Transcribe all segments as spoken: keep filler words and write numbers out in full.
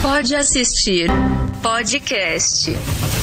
Pode Assistir Podcast.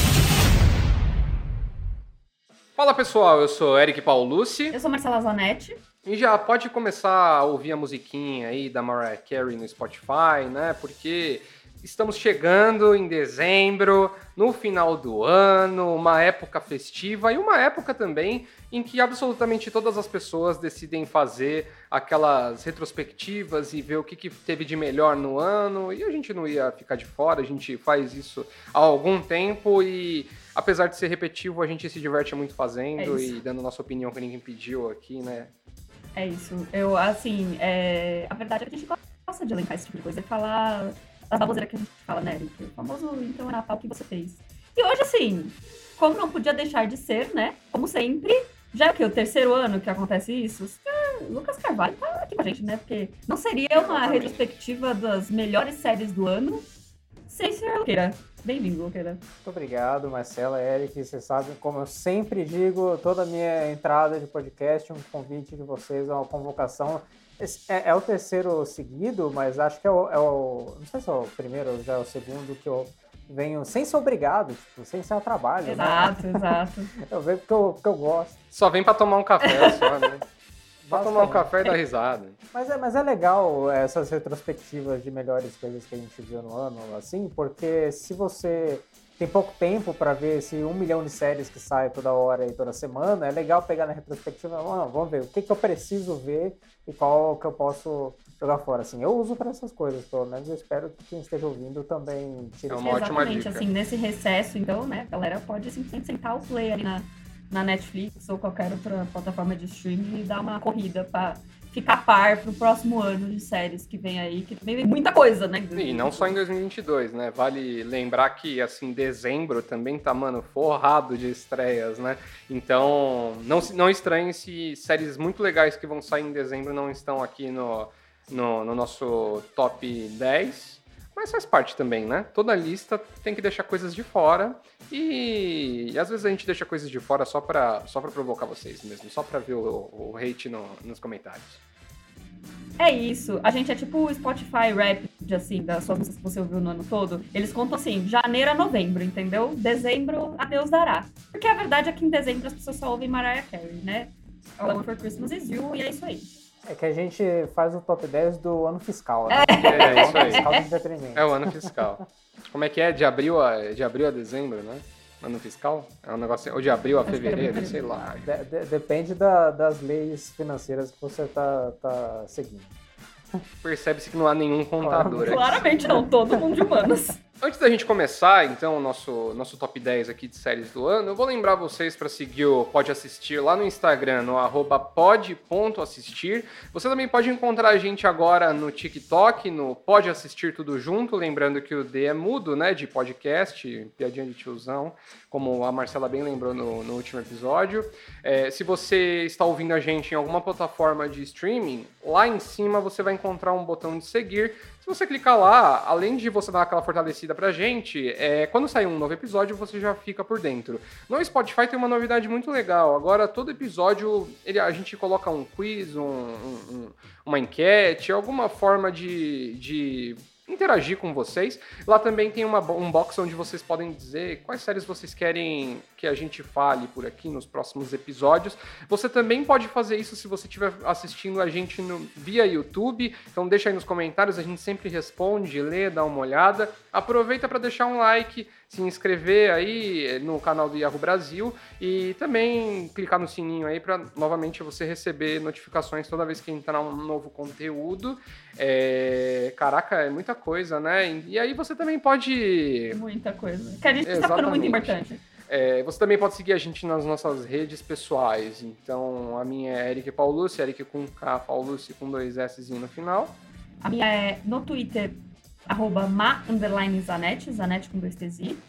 Fala pessoal, eu sou Eric Paulucci. Eu sou Marcela Zanetti. E já pode começar a ouvir a musiquinha aí da Mariah Carey no Spotify, né? Porque estamos chegando em dezembro, no final do ano, uma época festiva e uma época também em que absolutamente todas as pessoas decidem fazer aquelas retrospectivas e ver o que, que teve de melhor no ano. E a gente não ia ficar de fora, a gente faz isso há algum tempo e, apesar de ser repetitivo, a gente se diverte muito fazendo É e dando nossa opinião que ninguém pediu aqui, né? É isso. Eu, assim, é... a verdade é que a gente gosta de elencar esse tipo de coisa e falar das baboseiras que a gente fala, né, Eric? O famoso, então, era o que você fez. E hoje, assim, como não podia deixar de ser, né, como sempre, já é o quê? O terceiro ano que acontece isso? Ah, Lucas Carvalho tá aqui com a gente, né? Porque não seria uma Exatamente. retrospectiva das melhores séries do ano sem ser Luqueira. Bem-vindo, Luqueira. Muito obrigado, Marcela, Eric. Vocês sabem, como eu sempre digo, toda a minha entrada de podcast, um convite de vocês, uma convocação. Esse é, é o terceiro seguido, mas acho que é o, é o... Não sei se é o primeiro ou já é o segundo que eu venho sem ser obrigado, tipo, sem ser a trabalho. Exato, né? exato. Eu venho porque eu, porque eu gosto. Só vem pra tomar um café só, né? Pra tomar um Basicamente. café e dar risada. Mas é, mas é legal essas retrospectivas de melhores coisas que a gente viu no ano, assim, porque se você tem pouco tempo para ver esse um milhão de séries que sai toda hora e toda semana, é legal pegar na retrospectiva, ah, vamos ver o que, que eu preciso ver e qual que eu posso jogar fora. Assim, eu uso para essas coisas, pelo menos eu espero que quem esteja ouvindo também tire É isso. uma ótima Exatamente, dica. assim, nesse recesso, então, né, a galera pode simplesmente sentar o play ali na, na Netflix ou qualquer outra plataforma de streaming e dar uma corrida pra ficar a par pro próximo ano de séries que vem aí, que vem muita coisa, né? E não só em dois mil e vinte e dois, né? Vale lembrar que, assim, dezembro também tá, mano, forrado de estreias, né? Então, não, se- não estranhe se séries muito legais que vão sair em dezembro não estão aqui no, no, no nosso top dez. Mas faz parte também, né? Toda lista tem que deixar coisas de fora. E, e às vezes a gente deixa coisas de fora só pra, só pra provocar vocês mesmo. Só pra ver o, o hate no- nos comentários. É isso. A gente é tipo o Spotify Rap, assim, das suas músicas que você ouviu no ano todo. Eles contam assim, janeiro a novembro, entendeu? Dezembro, a Deus dará. Porque a verdade é que em dezembro as pessoas só ouvem Mariah Carey, né? All I Want for Christmas is You, e é isso aí. É que a gente faz o top dez do ano fiscal, né? É, isso ano aí. fiscal do entretenimento. É o ano fiscal. Como é que é? De abril a, de abril a dezembro, né? Ano fiscal? É um negócio assim, ou de abril a Acho que era fevereiro, bem sei lá. De- de- depende da- das leis financeiras que você tá, tá seguindo. Percebe-se que não há nenhum contador aqui. Claramente não, todo mundo de humanas. Antes da gente começar, então, o nosso, nosso top dez aqui de séries do ano, eu vou lembrar vocês para seguir o Pode Assistir lá no Instagram, no arroba pod ponto assistir. Você também pode encontrar a gente agora no TikTok, no Pode Assistir Tudo Junto, lembrando que o D é mudo, né, de podcast, piadinha de tiozão, como a Marcela bem lembrou no, no último episódio. É, se você está ouvindo a gente em alguma plataforma de streaming, lá em cima você vai encontrar um botão de seguir. Se você clicar lá, além de você dar aquela fortalecida pra gente, é, quando sair um novo episódio, você já fica por dentro. No Spotify tem uma novidade muito legal. Agora, todo episódio, ele, a gente coloca um quiz, um, um- um- uma enquete, alguma forma de... de interagir com vocês. Lá também tem uma, um box onde vocês podem dizer quais séries vocês querem que a gente fale por aqui nos próximos episódios. Você também pode fazer isso se você estiver assistindo a gente no, via YouTube. Então deixa aí nos comentários, a gente sempre responde, lê, dá uma olhada. Aproveita para deixar um like, se inscrever aí no canal do Yahoo Brasil e também clicar no sininho aí para novamente você receber notificações toda vez que entrar um novo conteúdo. É... Caraca, é muita coisa, né? E aí você também pode... Muita coisa. Que a gente tá ficando muito Exatamente. importante. É, você também pode seguir a gente nas nossas redes pessoais. Então, a minha é Eric Paulucci, Eric com K, Paulucci com dois S no final. A minha é no Twitter, arroba ma, underline Zanetti, Zanetti com dois T's I.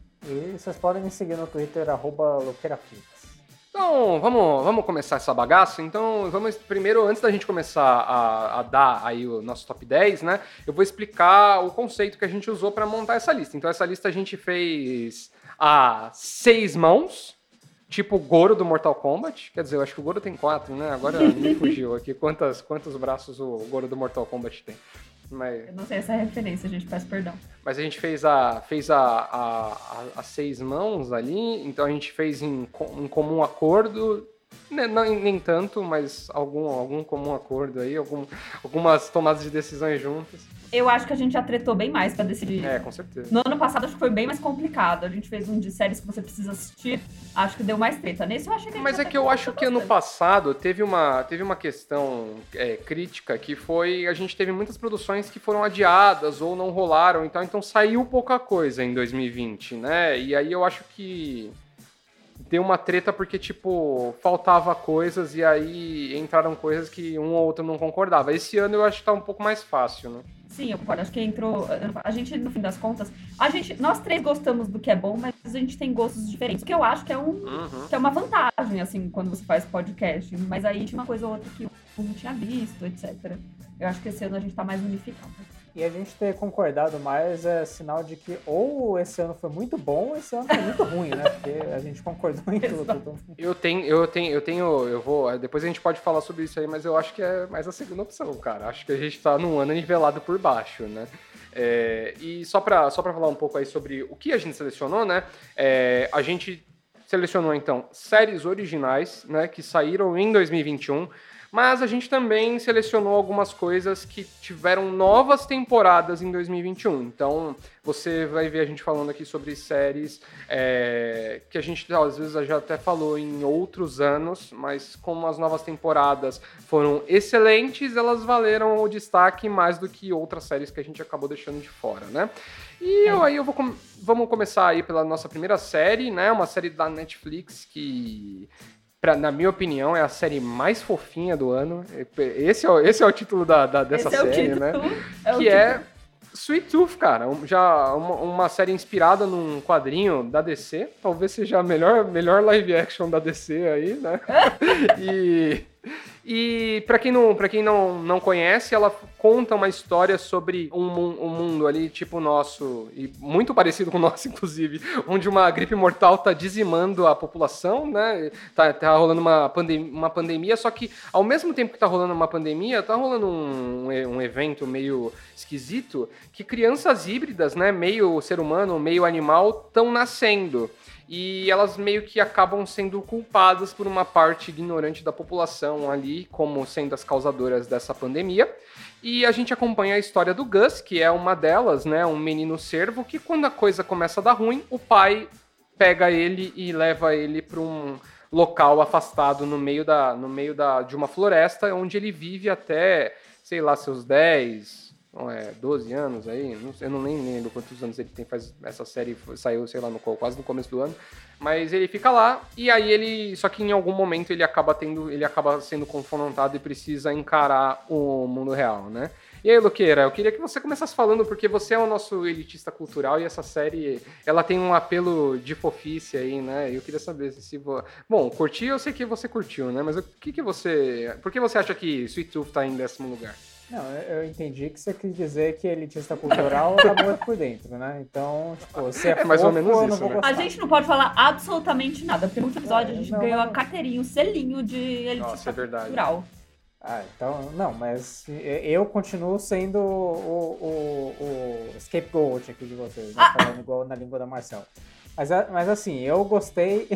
E vocês podem me seguir no Twitter, arroba loqueiraflix. Então, vamos, vamos começar essa bagaça? Então, vamos primeiro, antes da gente começar a, a dar aí o nosso top dez, né? Eu vou explicar o conceito que a gente usou para montar essa lista. Então, essa lista a gente fez a seis mãos, tipo o Goro do Mortal Kombat. Quer dizer, eu acho que o Goro tem quatro, né? Agora me fugiu aqui quantas, quantos braços o Goro do Mortal Kombat tem. Mas... Eu não sei essa referência, gente, peço perdão. Mas a gente fez a, fez a, a, a, a seis mãos ali, então a gente fez em, em comum acordo, nem, nem tanto, mas algum, algum comum acordo aí, algum, algumas tomadas de decisões juntas. Eu acho que a gente já tretou bem mais pra decidir. É, com certeza. No ano passado, acho que foi bem mais complicado. A gente fez um de séries que você precisa assistir. Acho que deu mais treta. Nesse eu achei que... Mas é que eu acho que ano passado teve uma, teve uma questão é, crítica que foi... A gente teve muitas produções que foram adiadas ou não rolaram. Então, então saiu pouca coisa em dois mil e vinte, né? E aí eu acho que... deu uma treta porque, tipo, faltava coisas e aí entraram coisas que um ou outro não concordava. Esse ano eu acho que tá um pouco mais fácil, né? Sim, eu concordo. Acho que entrou... A gente, no fim das contas... A gente, nós três gostamos do que é bom, mas a gente tem gostos diferentes. O que eu acho que é, um, Uhum. que é uma vantagem, assim, quando você faz podcast. Mas aí tinha uma coisa ou outra que eu não tinha visto, etcétera. Eu acho que esse ano a gente tá mais unificado. E a gente ter concordado mais é sinal de que ou esse ano foi muito bom ou esse ano foi muito ruim, né? Porque a gente concordou em tudo. Eu tenho, eu tenho, eu tenho, eu vou. Depois a gente pode falar sobre isso aí, mas eu acho que é mais a segunda opção, cara. Acho que a gente tá num ano nivelado por baixo, né? É, e só pra, só pra falar um pouco aí sobre o que a gente selecionou, né? É, a gente selecionou, então, séries originais, né? Que saíram em dois mil e vinte e um. Mas a gente também selecionou algumas coisas que tiveram novas temporadas em dois mil e vinte e um. Então, você vai ver a gente falando aqui sobre séries é, que a gente, às vezes, já até falou em outros anos, mas como as novas temporadas foram excelentes, elas valeram o destaque mais do que outras séries que a gente acabou deixando de fora, né? E eu, aí eu vou com... vamos começar aí pela nossa primeira série, né? Uma série da Netflix que... Pra, na minha opinião, é a série mais fofinha do ano. Esse é o, esse é o título da, da, dessa Esse série, é o título, né? É o que título. é Sweet Tooth, cara. Um, já uma, uma série inspirada num quadrinho da D C. Talvez seja a melhor, melhor live action da D C aí, né? e... E pra quem, não, pra quem não, não conhece, ela conta uma história sobre um, um mundo ali, tipo o nosso, e muito parecido com o nosso, inclusive, onde uma gripe mortal tá dizimando a população, né? Tá, tá rolando uma, pandem- uma pandemia, só que ao mesmo tempo que tá rolando uma pandemia, tá rolando um, um evento meio esquisito, que crianças híbridas, né? Meio ser humano, meio animal, estão nascendo. E elas meio que acabam sendo culpadas por uma parte ignorante da população ali, como sendo as causadoras dessa pandemia. E a gente acompanha a história do Gus, que é uma delas, né, um menino cervo, que quando a coisa começa a dar ruim, o pai pega ele e leva ele para um local afastado no meio, da, no meio da, de uma floresta, onde ele vive até, sei lá, seus dez... Não é, doze anos aí, não sei, eu não nem lembro quantos anos ele tem, faz essa série saiu, sei lá, no, quase no começo do ano, mas ele fica lá e aí ele, só que em algum momento ele acaba tendo, ele acaba sendo confrontado e precisa encarar o mundo real, né? E aí, Luqueira, eu queria que você começasse falando, porque você é o nosso elitista cultural e essa série, ela tem um apelo de fofice aí, né? Eu queria saber se... Vo... Bom, curtir eu sei que você curtiu, né? Mas o que que você... Por que você acha que Sweet Tooth tá em décimo lugar? Não, eu entendi que você quis dizer que elitista cultural acabou por dentro, né? Então, tipo, se é, É mais ou fofo, menos eu não isso, vou né? gostar. A gente não pode falar absolutamente nada, porque no último episódio É, a gente não, ganhou não. a carteirinha, o selinho de elitista Nossa, é verdade. cultural. Ah, então, não, mas eu continuo sendo o, o, o scapegoat aqui de vocês, né? Ah. Falando igual na língua da Marcela. Mas, mas assim, eu gostei,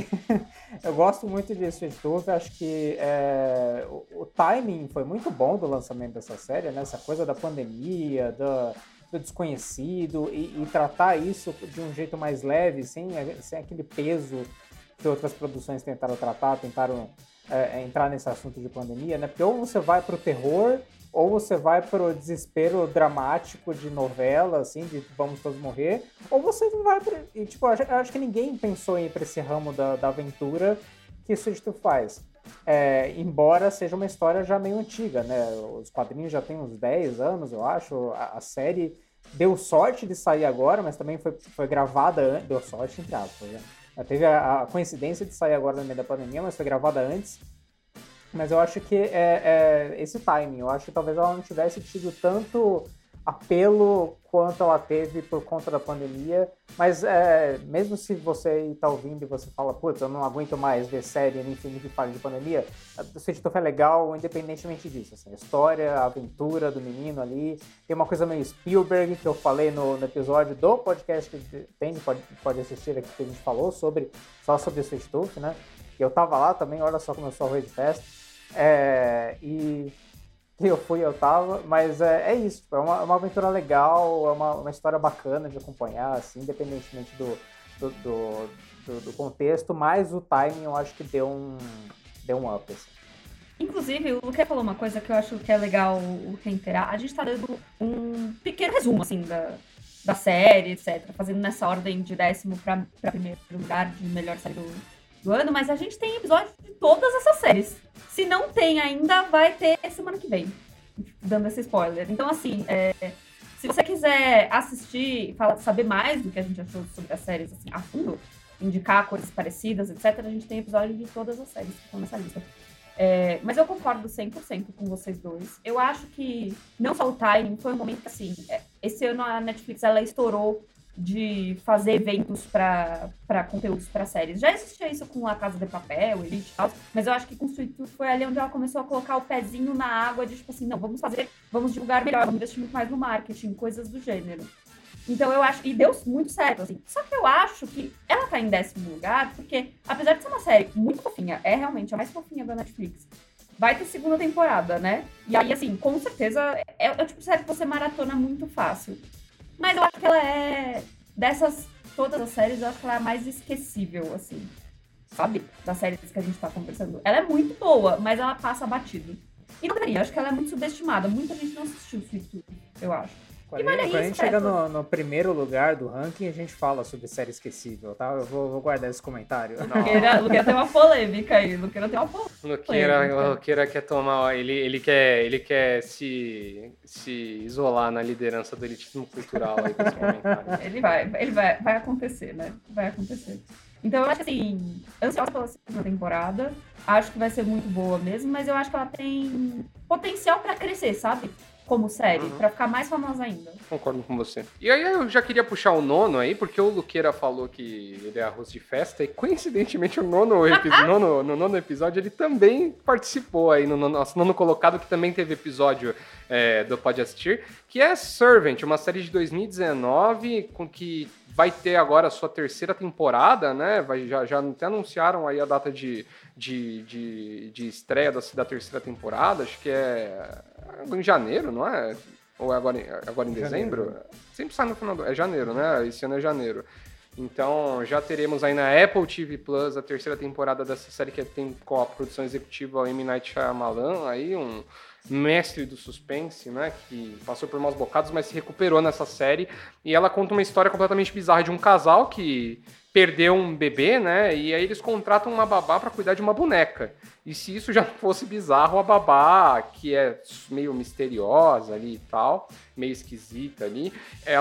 eu gosto muito de Sweet Tooth, acho que é, o, o timing foi muito bom do lançamento dessa série, né? Essa coisa da pandemia, do, do desconhecido, e, e tratar isso de um jeito mais leve, sem, sem aquele peso que outras produções tentaram tratar, tentaram é, entrar nesse assunto de pandemia, né? Porque ou você vai pro terror, ou você vai pro desespero dramático de novela, assim, de vamos todos morrer, ou você vai pro... E, tipo, eu acho que ninguém pensou em ir pra esse ramo da, da aventura que Sweet Tooth faz. É, embora seja uma história já meio antiga, né? Os quadrinhos já têm uns dez anos, eu acho. A, a série deu sorte de sair agora, mas também foi, foi gravada antes. Deu sorte, entre aspas, né? Teve a, a coincidência de sair agora no meio da pandemia, mas foi gravada antes. Mas eu acho que é, é esse timing. Eu acho que talvez ela não tivesse tido tanto apelo quanto ela teve por conta da pandemia, mas é, mesmo se você está ouvindo e você fala, putz, eu não aguento mais ver série no infinito e fala de pandemia, o Sweet Tooth é legal independentemente disso, assim, a história, a aventura do menino ali, tem uma coisa meio Spielberg que eu falei no, no episódio do podcast que tem, pode, pode assistir aqui que a gente falou sobre, só sobre o Sweet Tooth, né, e eu tava lá também, olha só como eu sou arroz de festa, é, e... eu fui, eu tava, mas é, é isso, tipo, é uma, uma aventura legal, é uma, uma história bacana de acompanhar, assim, independentemente do, do, do, do, do contexto, mas o timing eu acho que deu um, deu um up, assim. Inclusive, o Luque falou uma coisa que eu acho que é legal reiterar, a gente tá dando um pequeno resumo, assim, da, da série, etcétera, fazendo nessa ordem de décimo pra, pra primeiro lugar de melhor série do, do ano, mas a gente tem episódios de todas essas séries. Se não tem ainda, vai ter semana que vem, dando esse spoiler. Então, assim, é, se você quiser assistir, fala, saber mais do que a gente achou sobre as séries, assim, a fundo, indicar coisas parecidas, etcétera, a gente tem episódio de todas as séries que estão nessa lista. É, mas eu concordo cem por cento com vocês dois. Eu acho que não só o timing, foi um momento que, assim, esse ano a Netflix, ela estourou de fazer eventos para conteúdos para séries. Já existia isso com A Casa de Papel, Elite e tal, mas eu acho que com o Sweet Tooth foi ali onde ela começou a colocar o pezinho na água de tipo assim, não, vamos fazer, vamos divulgar melhor, vamos investir muito mais no marketing, coisas do gênero. Então eu acho, e deu muito certo, assim. Só que eu acho que ela tá em décimo lugar, porque apesar de ser uma série muito fofinha, é realmente a mais fofinha da Netflix, vai ter segunda temporada, né? E aí, assim, com certeza, é, é o tipo de série que você maratona muito fácil. Mas eu acho que ela é, dessas todas as séries, eu acho que ela é a mais esquecível, assim, sabe? Das séries que a gente tá conversando. Ela é muito boa, mas ela passa batido. E não deveria, eu acho que ela é muito subestimada. Muita gente não assistiu Sweet Tooth, eu acho. Quando, quando a gente chega no, no primeiro lugar do ranking, a gente fala sobre série esquecível, tá? Eu vou, vou guardar esse comentário. Luqueira, Luqueira tem uma polêmica aí. Luqueira tem uma polêmica. Luqueira, Luqueira quer tomar... Ele, ele, quer, ele quer se, se isolar na liderança do elitismo cultural aí com esse comentário. Ele vai, ele vai, vai acontecer, né? Vai acontecer. Então eu acho que, assim, ansiosa pela segunda temporada. Acho que vai ser muito boa mesmo, mas eu acho que ela tem potencial pra crescer, sabe? Como série, uhum. Pra ficar mais famosa ainda. Concordo com você. E aí eu já queria puxar o nono aí, porque o Luqueira falou que ele é arroz de festa, e coincidentemente o nono, epi- nono, no nono episódio ele também participou aí, no nosso nono colocado, que também teve episódio é, do Pode Assistir, que é Servant, uma série de dois mil e dezenove, com que vai ter agora a sua terceira temporada, né? Vai, já, já até anunciaram aí a data de, de, de, de estreia da, da terceira temporada, acho que é em janeiro, não é? Ou é agora, agora em dezembro? Janeiro. Sempre sai no final do... É janeiro, né? Esse ano é janeiro. Então, já teremos aí na Apple T V Plus a terceira temporada dessa série que tem com a produção executiva o M. Night Shyamalan, aí um mestre do suspense, né, que passou por maus bocados, mas se recuperou nessa série, e ela conta uma história completamente bizarra de um casal que perdeu um bebê, né, e aí eles contratam uma babá para cuidar de uma boneca. E se isso já não fosse bizarro, a babá, que é meio misteriosa ali e tal, meio esquisita ali,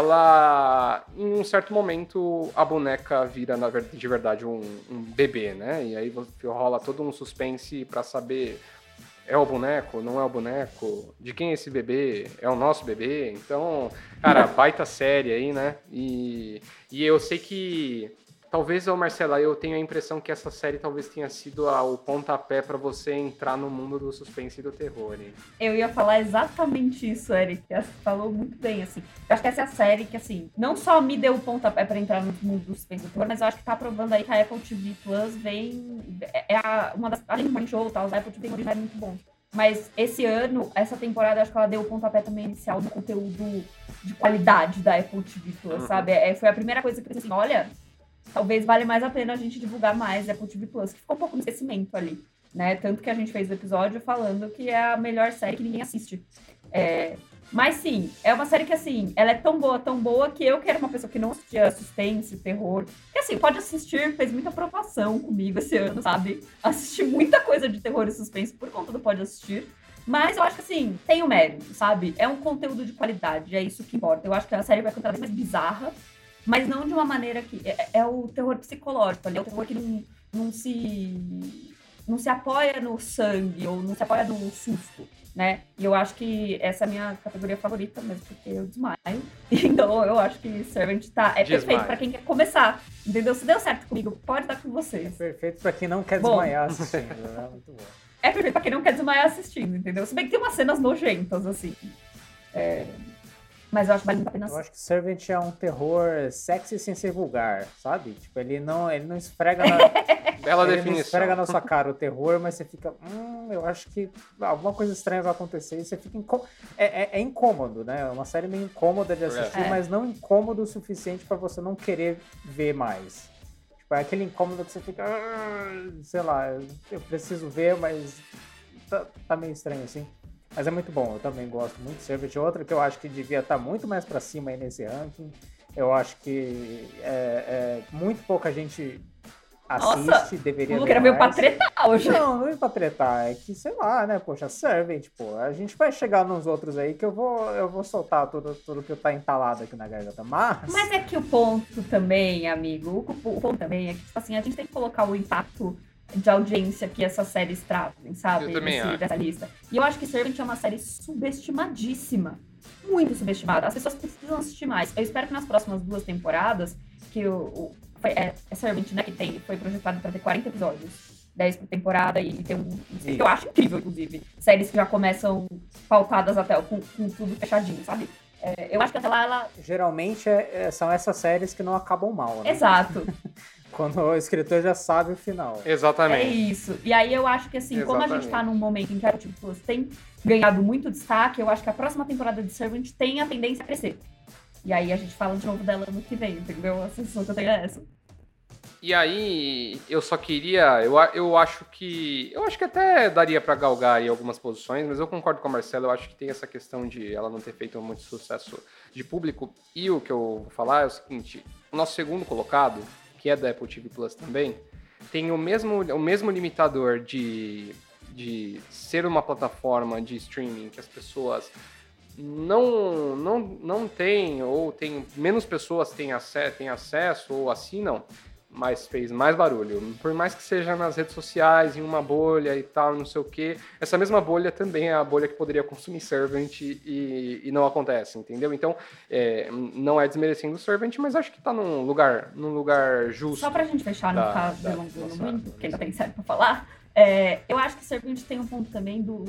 ela, em um certo momento, a boneca vira, na verdade, de verdade, um, um bebê, né, e aí rola todo um suspense para saber... É o boneco? Não é o boneco? De quem é esse bebê? É o nosso bebê? Então, cara, baita série aí, né? E, e eu sei que, talvez, Marcela, eu tenho a impressão que essa série talvez tenha sido a, o pontapé pra você entrar no mundo do suspense e do terror, hein? Eu ia falar exatamente isso, Eric. Você falou muito bem, assim. Eu acho que essa é a série que, assim, não só me deu o pontapé pra entrar no mundo do suspense e do terror, mas eu acho que tá provando aí que a Apple T V Plus vem... É a, uma das... Além do Morning Show e tal, a Apple T V Plus é muito bom. Mas esse ano, essa temporada, acho que ela deu o pontapé também inicial no conteúdo de qualidade da Apple T V Plus, uhum. sabe? É, foi a primeira coisa que eu pensei assim, olha, talvez valha mais a pena a gente divulgar mais a Apple T V Plus, que ficou um pouco no esquecimento ali, né? Tanto que a gente fez o episódio falando que é a melhor série que ninguém assiste. É... Mas sim, é uma série que, assim, ela é tão boa, tão boa, que eu que era uma pessoa que não assistia suspense, terror, que, assim, Pode Assistir fez muita aprovação comigo esse ano, sabe? Assisti muita coisa de terror e suspense por conta do Pode Assistir, mas eu acho que, assim, tem o mérito, sabe? É um conteúdo de qualidade, é isso que importa. Eu acho que a série vai ficar cada vez mais bizarra, mas não de uma maneira que... É, é o terror psicológico ali, é o terror que não, não se... não se apoia no sangue ou não se apoia no susto. né? E eu acho que essa é a minha categoria favorita mesmo, porque eu desmaio. Então eu acho que Servant tá, é Desmaio. perfeito pra quem quer começar, entendeu? Se deu certo comigo, pode dar com vocês. É perfeito pra quem não quer Bom. desmaiar assistindo, né? Muito bom. É perfeito pra quem não quer desmaiar assistindo, entendeu? Se bem que tem umas cenas nojentas, assim. É... Mas eu acho que vale muito a pena. Eu acho que Servant é um terror sexy sem ser vulgar, sabe? Tipo, ele não, ele não esfrega na, Bela ele definição. não esfrega na sua cara o terror, mas você fica, hum, eu acho que alguma coisa estranha vai acontecer e você fica incô... é, é, é incômodo, né? É uma série meio incômoda de assistir, É. mas não incômodo o suficiente pra você não querer ver mais. Tipo, é aquele incômodo que você fica, "Ah", sei lá, eu preciso ver, mas tá, tá meio estranho assim. Mas é muito bom, eu também gosto muito de Servant. Outra que eu acho que devia estar muito mais pra cima aí nesse ranking. Eu acho que é, é, muito pouca gente assiste, Nossa, deveria o ver Luqueira veio pra mais. tretar hoje. Não, não é pra tretar, é que, sei lá, né, poxa, Servant, pô, a gente vai chegar nos outros aí que eu vou, eu vou soltar tudo, tudo que tá entalado aqui na garganta, mas... Mas é que o ponto também, amigo, o, o ponto também é que, tipo assim, a gente tem que colocar o impacto de audiência que essas séries trazem, sabe? Eu também Desse- acho. Dessa lista. E eu acho que Servant é uma série subestimadíssima. Muito subestimada. As pessoas precisam assistir mais. Eu espero que nas próximas duas temporadas, que o... o foi, é, é Servant, né, que tem, foi projetado pra ter quarenta episódios. dez por temporada e tem um... que eu acho incrível, inclusive. Séries que já começam pautadas até com, com tudo fechadinho, sabe? É, eu acho que até lá ela... Geralmente é- é- são essas séries que não acabam mal, né? Exato. Quando o escritor já sabe o final. É Exatamente. isso. E aí eu acho que assim, como a gente Exatamente. tá num momento em que a Apple T V Plus tem ganhado muito destaque, eu acho que a próxima temporada de Servant tem a tendência a crescer. E aí a gente fala de novo dela ano que vem, entendeu? A sensação que eu tenho é essa. E aí, eu só queria, eu, a- eu acho que, eu acho que até daria pra galgar aí algumas posições, mas eu concordo com a Marcela, eu acho que tem essa questão de ela não ter feito muito sucesso de público, e o que eu vou falar é o seguinte, o nosso segundo colocado, que é da Apple T V Plus também, tem o mesmo, o mesmo limitador de, de ser uma plataforma de streaming que as pessoas não, não, não têm, ou tem menos pessoas têm, ace- têm acesso ou assinam, mas fez mais barulho. Por mais que seja nas redes sociais, em uma bolha e tal, não sei o quê, essa mesma bolha também é a bolha que poderia consumir Servant e, e não acontece, entendeu? Então, é, não é desmerecendo o Servant, mas acho que tá num lugar, num lugar justo. Só pra gente fechar, não Da- ficar da delongando nossa- muito, porque ainda tem série pra falar, é, eu acho que Servant tem um ponto também do,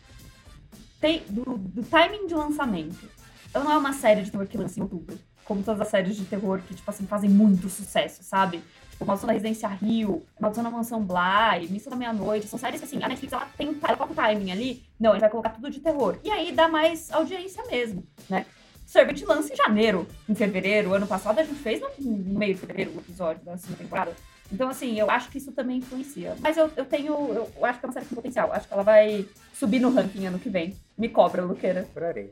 tem, do, do timing de lançamento. Ela não é uma série de terror que lança em outubro, como todas as séries de terror que, tipo assim, fazem muito sucesso, sabe? Tipo, Maldição da Residência Rio, Maldição da Mansão Bly, Missa da Meia-Noite, são séries que, assim, a Netflix, ela tem, ela coloca o timing ali, não, a gente vai colocar tudo de terror. E aí dá mais audiência mesmo, né? Servant lança em janeiro, em fevereiro, ano passado a gente fez no, no meio de fevereiro o episódio da segunda temporada. Então, assim, eu acho que isso também influencia. Mas eu, eu tenho, eu, eu acho que é uma série com potencial, acho que ela vai subir no ranking ano que vem. Me cobra, Luqueira. Procurarei.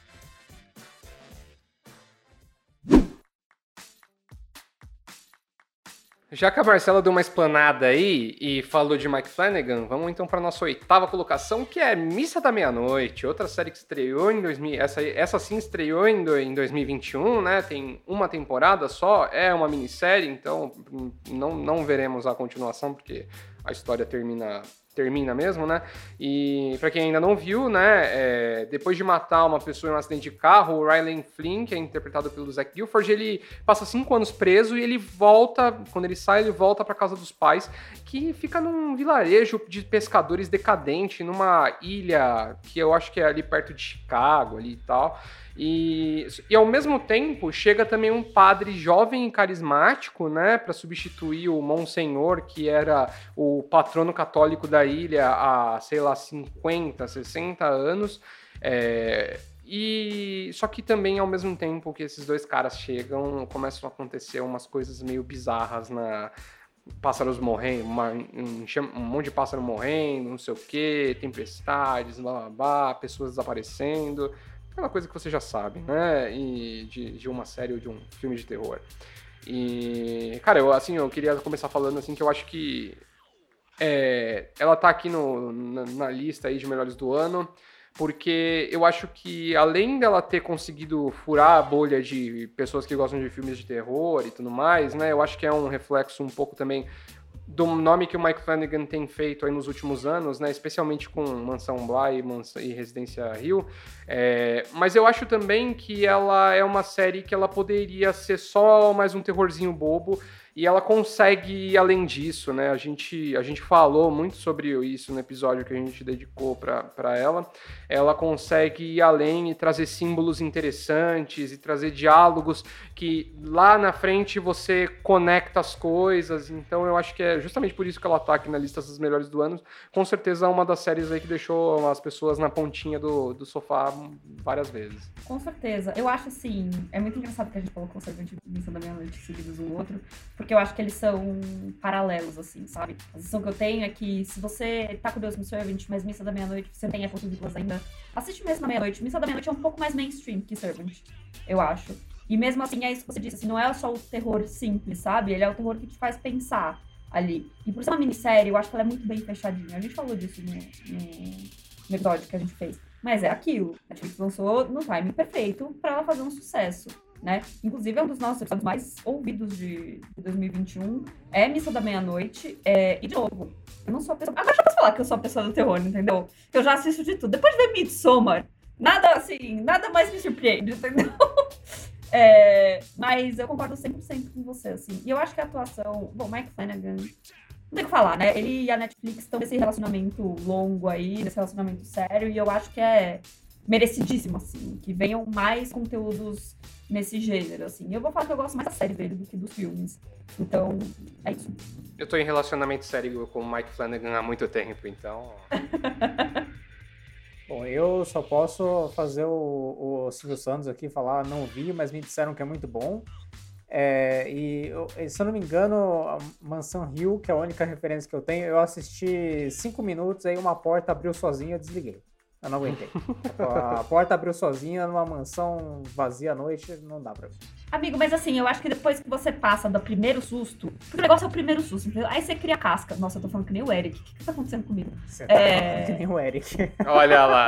Já que a Marcela deu uma explanada aí e falou de Mike Flanagan, vamos então para nossa oitava colocação, que é Missa da Meia-Noite, outra série que estreou em dois mil, essa, essa sim estreou em, do, em dois mil e vinte e um, né? Tem uma temporada só, é uma minissérie, então não, não veremos a continuação porque a história termina termina mesmo, né? E pra quem ainda não viu, né, é, depois de matar uma pessoa em um acidente de carro, o Ryan Flynn, que é interpretado pelo Zach Gilford, ele passa cinco anos preso e ele volta, quando ele sai, ele volta pra casa dos pais, que fica num vilarejo de pescadores decadente, numa ilha que eu acho que é ali perto de Chicago, ali e tal. E, e ao mesmo tempo chega também um padre jovem e carismático, né, para substituir o Monsenhor, que era o patrono católico da ilha há, sei lá, cinquenta, sessenta anos. É, e só que também ao mesmo tempo que esses dois caras chegam, começam a acontecer umas coisas meio bizarras na pássaros morrendo, uma, um, um monte de pássaro morrendo, não sei o que, tempestades, blá blá blá, pessoas desaparecendo. Aquela coisa que você já sabe, né? E de, de uma série ou de um filme de terror. E, cara, eu, assim, eu queria começar falando assim que eu acho que é, ela tá aqui no, na, na lista aí de melhores do ano, porque eu acho que além dela ter conseguido furar a bolha de pessoas que gostam de filmes de terror e tudo mais, né? Eu acho que é um reflexo um pouco também do nome que o Mike Flanagan tem feito aí nos últimos anos, né, especialmente com Mansão Bly e Residência Hill, é, mas eu acho também que ela é uma série que ela poderia ser só mais um terrorzinho bobo, e ela consegue ir além disso, né? A gente, a gente falou muito sobre isso no episódio que a gente dedicou para ela. Ela consegue ir além e trazer símbolos interessantes e trazer diálogos que lá na frente você conecta as coisas. Então eu acho que é justamente por isso que ela tá aqui na lista das melhores do ano. Com certeza é uma das séries aí que deixou as pessoas na pontinha do, do sofá várias vezes. Com certeza. Eu acho assim, é muito engraçado que a gente colocou Servant e Missa da Meia-Noite seguidos um outro, porque eu acho que eles são paralelos, assim, sabe? A sensação que eu tenho é que se você tá curioso no Servant, mas Missa da Meia-Noite, você tem Apple T V Plus ainda, assiste Missa da Meia-Noite. Missa da Meia-Noite é um pouco mais mainstream que Servant, eu acho. E mesmo assim, é isso que você disse, assim, não é só o terror simples, sabe? Ele é o terror que te faz pensar ali. E por ser uma minissérie, eu acho que ela é muito bem fechadinha. A gente falou disso no, no, no episódio que a gente fez. Mas é aquilo. A Netflix lançou no timing perfeito pra ela fazer um sucesso, né? Inclusive, é um dos nossos episódios mais ouvidos de dois mil e vinte e um. É Missa da Meia-Noite. É... E, de novo, eu não sou a pessoa... Agora já posso falar que eu sou a pessoa do terror, entendeu? Eu já assisto de tudo. Depois de ver Midsommar, nada assim, nada mais me surpreende, entendeu? É... Mas eu concordo cem por cento com você, assim. E eu acho que a atuação... Bom, Mike Flanagan... Não tem o que falar, né? Ele e a Netflix estão nesse relacionamento longo aí, nesse relacionamento sério, e eu acho que é merecidíssimo, assim, que venham mais conteúdos nesse gênero, assim. Eu vou falar que eu gosto mais da série dele do que dos filmes. Então, é isso. Eu tô em relacionamento sério com o Mike Flanagan há muito tempo, então... Bom, eu só posso fazer o, o Silvio Santos aqui, falar, não vi, mas me disseram que é muito bom. É, e, se eu não me engano, a Mansão Hill, que é a única referência que eu tenho, eu assisti cinco minutos, aí uma porta abriu sozinha, eu desliguei. Eu não aguentei. A porta abriu sozinha numa mansão vazia à noite, não dá pra mim. Amigo, mas assim, eu acho que depois que você passa do primeiro susto, porque o negócio é o primeiro susto, entendeu? Aí você cria casca. Nossa, eu tô falando que nem o Eric. O que, que tá acontecendo comigo? Você tá é... falando que nem o Eric. Olha lá.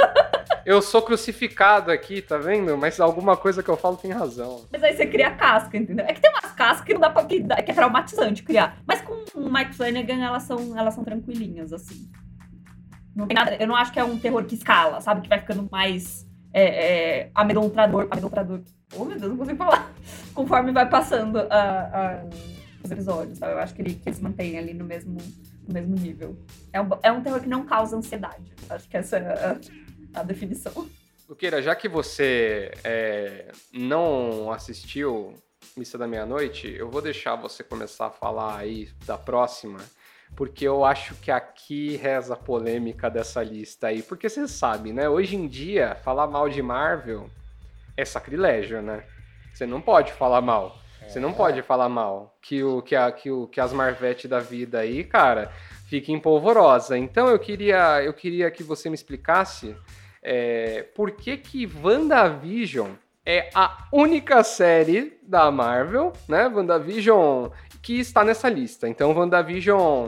Eu sou crucificado aqui, tá vendo? Mas alguma coisa que eu falo tem razão. Mas aí você cria casca, entendeu? É que tem umas cascas que não dá pra... que é traumatizante criar. Mas com o Mike Flanagan, elas são, elas são tranquilinhas, assim. Não tem nada, eu não acho que é um terror que escala, sabe? Que vai ficando mais é, é, amedrontador, amedrontador. Oh, meu Deus, não consigo falar. Conforme vai passando a, a, os episódios, sabe? Eu acho que ele, que ele se mantém ali no mesmo, no mesmo nível. É um, é um terror que não causa ansiedade. Acho que essa é a, a definição. Luqueira, já que você é, não assistiu Missa da Meia-Noite, eu vou deixar você começar a falar aí da próxima, porque eu acho que aqui reza a polêmica dessa lista aí. Porque você sabe, né? Hoje em dia, falar mal de Marvel é sacrilégio, né? Você não pode falar mal. É. Você não pode falar mal. Que, o, que, a, que, o, que as Marvete da vida aí, cara, fiquem polvorosa. Então eu queria, eu queria que você me explicasse é, por que que WandaVision é a única série da Marvel, né? WandaVision... que está nessa lista. Então, WandaVision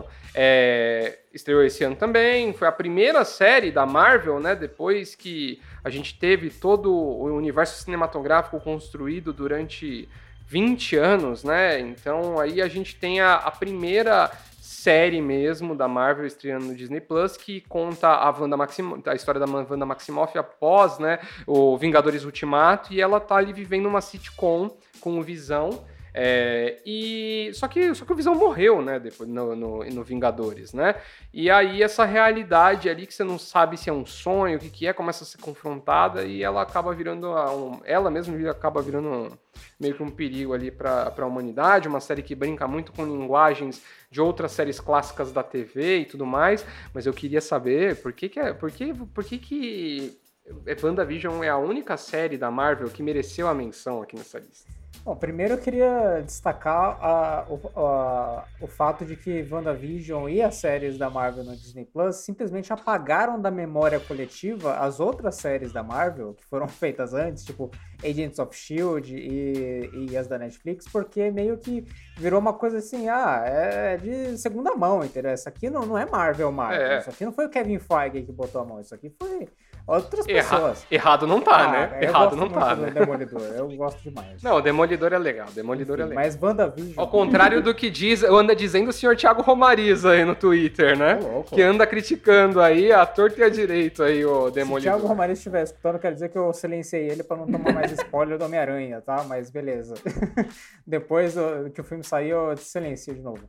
é, estreou esse ano também, foi a primeira série da Marvel, né, depois que a gente teve todo o universo cinematográfico construído durante vinte anos, né, então aí a gente tem a, a primeira série mesmo da Marvel estreando no Disney Plus, que conta a, Wanda Maxim... a história da Wanda Maximoff após, né, o Vingadores Ultimato, e ela tá ali vivendo uma sitcom com o Visão. É, e só que, só que o Visão morreu, né, depois no, no, no Vingadores, né, e aí essa realidade ali que você não sabe se é um sonho, o que que é, começa a ser confrontada e ela acaba virando, um, ela mesma acaba virando um, meio que um perigo ali para a humanidade, uma série que brinca muito com linguagens de outras séries clássicas da T V e tudo mais, mas eu queria saber por que que, é, por que, por que, que WandaVision é a única série da Marvel que mereceu a menção aqui nessa lista. Bom, primeiro eu queria destacar a, o, a, o fato de que WandaVision e as séries da Marvel no Disney Plus simplesmente apagaram da memória coletiva as outras séries da Marvel que foram feitas antes, tipo Agents of Shield e, e as da Netflix, porque meio que virou uma coisa assim, ah, é de segunda mão, entendeu? Isso aqui não, não é Marvel Marvel, é. Isso aqui não foi o Kevin Feige que botou a mão, isso aqui foi outras Erra... pessoas. Errado não tá, Ah, né? eu Errado gosto não tá, muito né? do Demolidor, eu gosto demais. Não, o Demolidor é legal, o Demolidor Enfim, é legal. Mas WandaVision... Ao contrário do que diz, anda dizendo o senhor Thiago Romariz aí no Twitter, né? Ô, louco. Que anda criticando aí a torta e a direito aí o Se o Demolidor. Thiago Romariz estiver escutando, quer dizer que eu silenciei ele pra não tomar mais spoiler do Homem-Aranha, tá? Mas beleza. Depois do- que o filme sair, eu silencio de novo.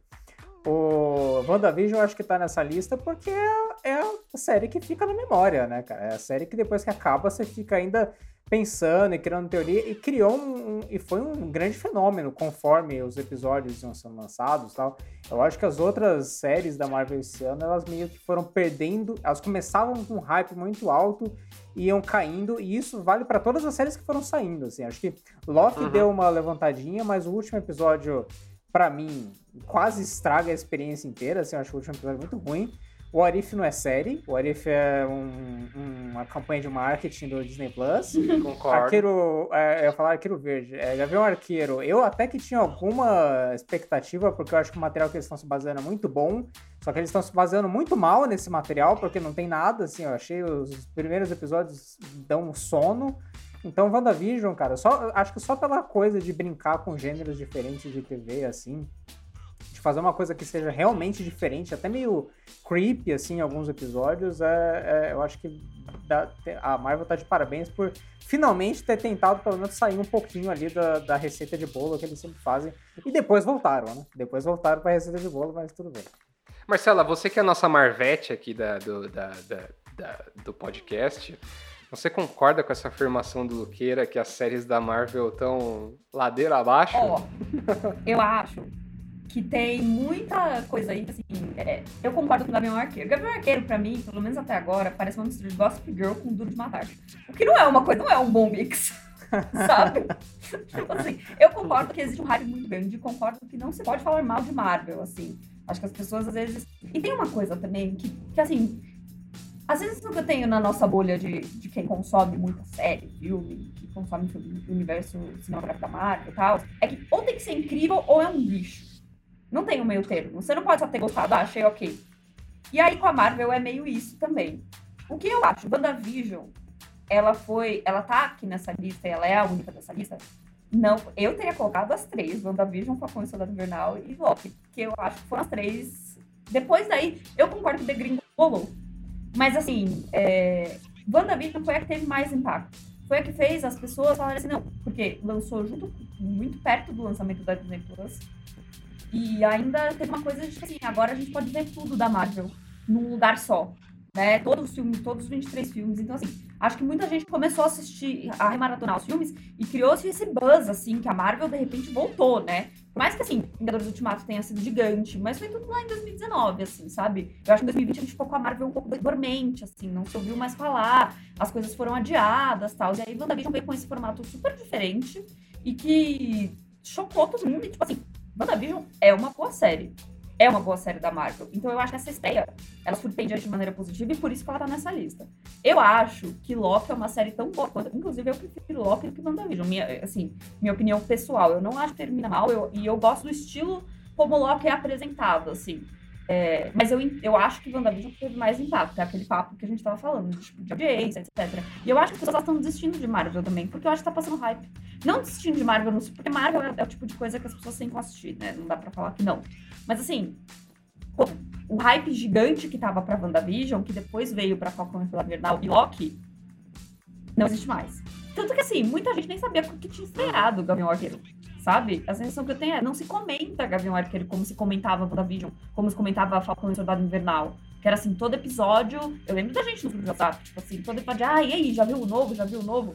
O WandaVision eu acho que tá nessa lista porque é, é a série que fica na memória, né, cara? É a série que depois que acaba você fica ainda pensando e criando teoria e criou um, um- e foi um grande fenômeno conforme os episódios iam sendo lançados e tal. Eu acho que as outras séries da Marvel esse ano, elas meio que foram perdendo, elas começavam com um hype muito alto e iam caindo, e isso vale pra todas as séries que foram saindo, assim. Acho que Loki Uhum. deu uma levantadinha, mas o último episódio, pra mim, quase estraga a experiência inteira, assim, eu acho o último episódio muito ruim. O What If não é série, o What If é um- um- uma campanha de marketing do Disney Plus. Concordo. Arqueiro, é, eu ia falar Arqueiro Verde, é, Gavião Arqueiro, eu até que tinha alguma expectativa, porque eu acho que o material que eles estão se baseando é muito bom, só que eles estão se baseando muito mal nesse material, porque não tem nada, assim, eu achei os primeiros episódios dão um sono. Então, WandaVision, cara, só, acho que só pela coisa de brincar com gêneros diferentes de T V, assim, de fazer uma coisa que seja realmente diferente, até meio creepy, assim, em alguns episódios, é, é, eu acho que dá- a Marvel tá de parabéns por finalmente ter tentado, pelo menos, sair um pouquinho ali da, da receita de bolo que eles sempre fazem, e depois voltaram, né? Depois voltaram pra receita de bolo, mas tudo bem. Marcela, você que é a nossa Marvete aqui da, do, da, da, da- do podcast, você concorda com essa afirmação do Luqueira que as séries da Marvel estão ladeira abaixo? Ó, eu acho que tem muita coisa aí, assim, é, eu concordo com o Gavião Arqueiro. Gavião Arqueiro, pra mim, pelo menos até agora, parece uma mistura de Gossip Girl com Duro de Matar. O que não é uma coisa, não é um bom mix, sabe? Tipo assim, eu concordo que existe um hype muito grande, concordo que não se pode falar mal de Marvel, assim. Acho que as pessoas, às vezes... E tem uma coisa também que, que assim... Às vezes o que eu tenho na nossa bolha de, de quem consome muita série, filme, que consome o universo cinematográfico da Marvel e tal, é que ou tem que ser incrível ou é um lixo. Não tem um meio termo. Você não pode só ter gostado, ah, achei ok. E aí com a Marvel é meio isso também. O que eu acho? WandaVision, ela foi... Ela tá aqui nessa lista, ela é a única dessa lista. Não, eu teria colocado as três, WandaVision, Falcão e Soldado Invernal e Loki, que eu acho que foram as três. Depois daí, eu concordo que The Gringo rolou. Mas assim, é... WandaVision foi a que teve mais impacto. Foi a que fez as pessoas falarem assim, não, porque lançou junto, muito perto do lançamento da Disney Plus. E ainda teve uma coisa de tipo assim, agora a gente pode ver tudo da Marvel num lugar só, né? Todos os filmes, todos os vinte e três filmes. Então, assim, acho que muita gente começou a assistir, a remaratonar os filmes e criou-se esse buzz, assim, que a Marvel, de repente, voltou, né? Por mais que, assim, Vingadores Ultimato tenha sido gigante, mas foi tudo lá em dois mil e dezenove, assim, sabe? Eu acho que em dois mil e vinte a gente ficou com a Marvel um pouco dormente, assim, não se ouviu mais falar, as coisas foram adiadas e tal. E aí, WandaVision veio com esse formato super diferente e que chocou todo mundo e, tipo assim, WandaVision é uma boa série. É uma boa série da Marvel. Então eu acho que essa estreia, ela surpreende de maneira positiva e por isso que ela tá nessa lista. Eu acho que Loki é uma série tão boa quanto... Inclusive, eu prefiro Loki do que WandaVision. Minha, assim, minha opinião pessoal. Eu não acho que termina mal. Eu, e eu gosto do estilo como Loki é apresentado, assim. É, mas eu, eu acho que WandaVision teve mais impacto. É aquele papo que a gente tava falando, de, tipo, de audiência, etcétera. E eu acho que as pessoas estão desistindo de Marvel também, porque eu acho que tá passando hype. Não desistindo de Marvel, não, porque Marvel é, é o tipo de coisa que as pessoas têm que assistir, né? Não dá pra falar que não. Mas assim, pô, o hype gigante que tava pra WandaVision, que depois veio pra Falcão e Soldado Invernal e Loki, não existe mais. Tanto que assim, muita gente nem sabia que tinha estreado o Gavião Arqueiro. Sabe? A sensação que eu tenho é, não se comenta Gavião Arqueiro como se comentava WandaVision, como se comentava Falcão e Soldado Invernal. Que era assim, todo episódio, eu lembro da gente no grupo de WhatsApp, tipo assim, todo episódio, ah, e aí, já viu o novo, já viu o novo?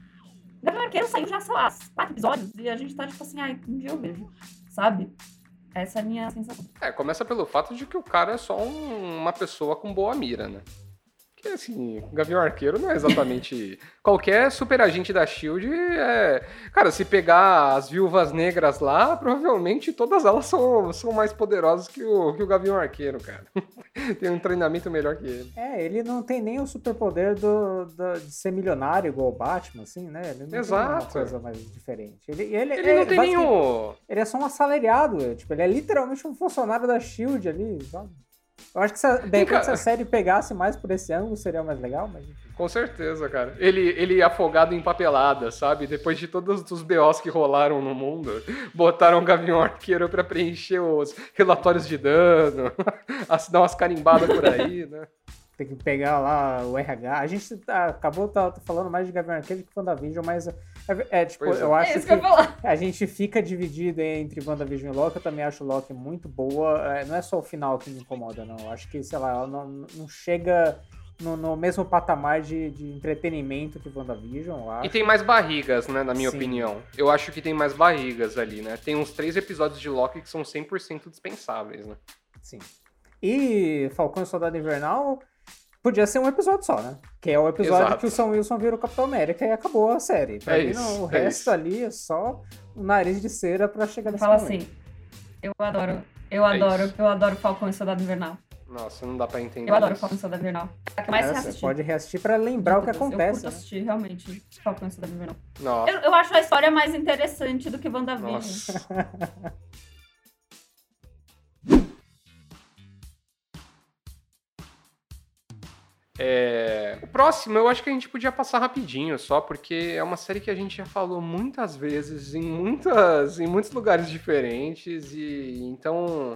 Gavião Arqueiro saiu já, sei lá, quatro episódios, e a gente tá tipo assim, ai, um dia eu vejo, sabe? Essa é a minha sensação. É, começa pelo fato de que o cara é só um- uma pessoa com boa mira, né? Que assim, o Gavião Arqueiro não é exatamente... Qualquer super agente da SHIELD é... Cara, se pegar as viúvas negras lá, provavelmente todas elas são, são mais poderosas que o, que o Gavião Arqueiro, cara. Tem um treinamento melhor que ele. É, ele não tem nem o superpoder do, do- de ser milionário igual o Batman, assim, né? Ele não Exato. tem uma coisa mais diferente. Ele, ele, Ele é, não tem nem basicamente- o... Ele é só um assalariado, é, tipo, ele é literalmente um funcionário da SHIELD ali, sabe? Eu acho que se, a- de repente se a série pegasse mais por esse ângulo, seria mais legal, mas enfim. Com certeza, cara. Ele, ele afogado em papelada, sabe? Depois de todos os B Os que rolaram no mundo, botaram o Gavião Arqueiro pra preencher os relatórios de dano, assinar umas carimbadas por aí, né? Tem que pegar lá o R H. A gente tá- acabou tá, tá falando mais de Gavião Arqueiro que WandaVision, mas é, é, tipo, Pois é. eu acho É isso que, que eu ia falar. a gente fica dividido entre WandaVision e Loki. Eu também acho Loki muito boa. É, não é só o final que me incomoda, não. Eu acho que, sei lá, ela não, não chega no, no mesmo patamar de, de entretenimento que WandaVision, eu acho. E tem mais barrigas, né, na minha Sim. opinião. Eu acho que tem mais barrigas ali, né? Tem uns três episódios de Loki que são cem por cento dispensáveis, né? Sim. E Falcão e Soldado Invernal podia ser um episódio só, né? Que é o episódio Exato. que o Sam Wilson vira o Capitão América e acabou a série. Pra É mim, isso, não, o é resto isso. ali é só um nariz de cera pra chegar nesse Fala momento. assim, eu adoro, eu É adoro, isso. eu adoro Falcão e Soldado Invernal. Nossa, não dá pra entender Eu adoro isso. Falcão e Soldado Invernal. É a que mais Cara, se você assistir. pode reassistir pra lembrar o que Eu acontece. curto Né? assistir, realmente, Falcão e Soldado Invernal. Nossa. Eu, eu acho a história mais interessante do que WandaVision. Nossa. É, o próximo eu acho que a gente podia passar rapidinho só, porque é uma série que a gente já falou muitas vezes em, muitas, em muitos lugares diferentes, e então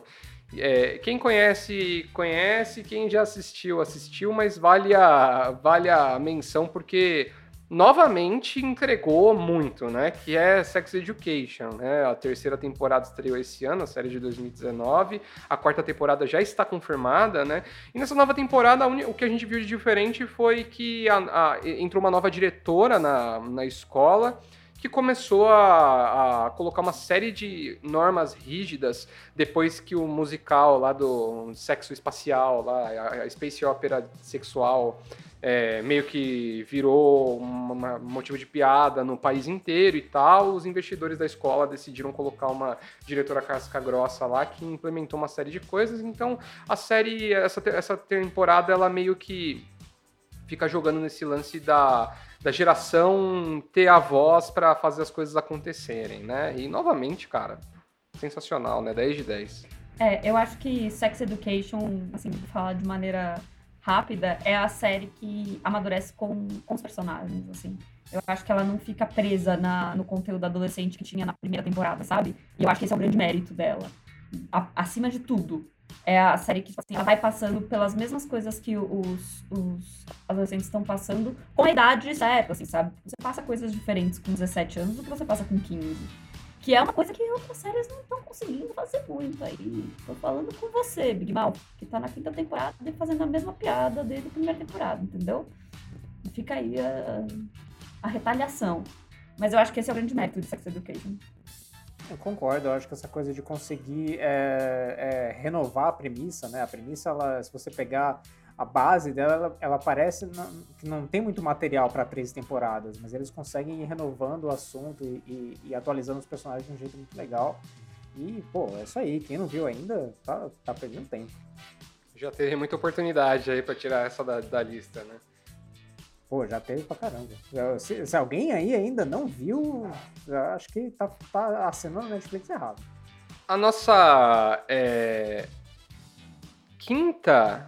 é, quem conhece, conhece, quem já assistiu, assistiu, mas vale a, vale a menção porque novamente entregou muito, né? Que é Sex Education, né? A terceira temporada estreou esse ano, a série de dois mil e dezenove. A quarta temporada já está confirmada, né? E nessa nova temporada, a uni- o que a gente viu de diferente foi que a- a- entrou uma nova diretora na, na escola que começou a, a colocar uma série de normas rígidas depois que o musical lá do sexo espacial, lá, a, a Space Opera sexual, é, meio que virou um motivo de piada no país inteiro e tal, os investidores da escola decidiram colocar uma diretora casca grossa lá que implementou uma série de coisas. Então a série, essa, te- essa temporada, ela meio que fica jogando nesse lance da, da geração ter a voz para fazer as coisas acontecerem, né? E novamente, cara, sensacional, né? dez de dez. É, eu acho que Sex Education, assim, pra falar de maneira rápida, é a série que amadurece com, com os personagens, assim. Eu acho que ela não fica presa na, no conteúdo adolescente que tinha na primeira temporada, sabe? E eu acho que esse é o grande mérito dela. A- acima de tudo, é a série que, tipo assim, ela vai passando pelas mesmas coisas que os, os adolescentes estão passando com a idade certa, assim, sabe? Você passa coisas diferentes com dezessete anos do que você passa com quinze. Que é uma coisa que outras séries não estão conseguindo fazer muito aí. Tô falando com você, Big Mouth, que tá na quinta temporada e fazendo a mesma piada desde a primeira temporada, entendeu? Fica aí a, a retaliação. Mas eu acho que esse é o grande mérito de Sex Education. Eu concordo, eu acho que essa coisa de conseguir é, é, renovar a premissa, né? A premissa, ela, se você pegar a base dela, ela, ela parece não, que não tem muito material para três temporadas, mas eles conseguem ir renovando o assunto e, e, e atualizando os personagens de um jeito muito legal. E, pô, é isso aí. Quem não viu ainda, tá, tá perdendo tempo. Já teve muita oportunidade aí pra tirar essa da, da lista, né? Pô, já teve pra caramba. Já- Se, se alguém aí ainda não viu, já acho que tá, tá assinando a Netflix errado. A nossa é, quinta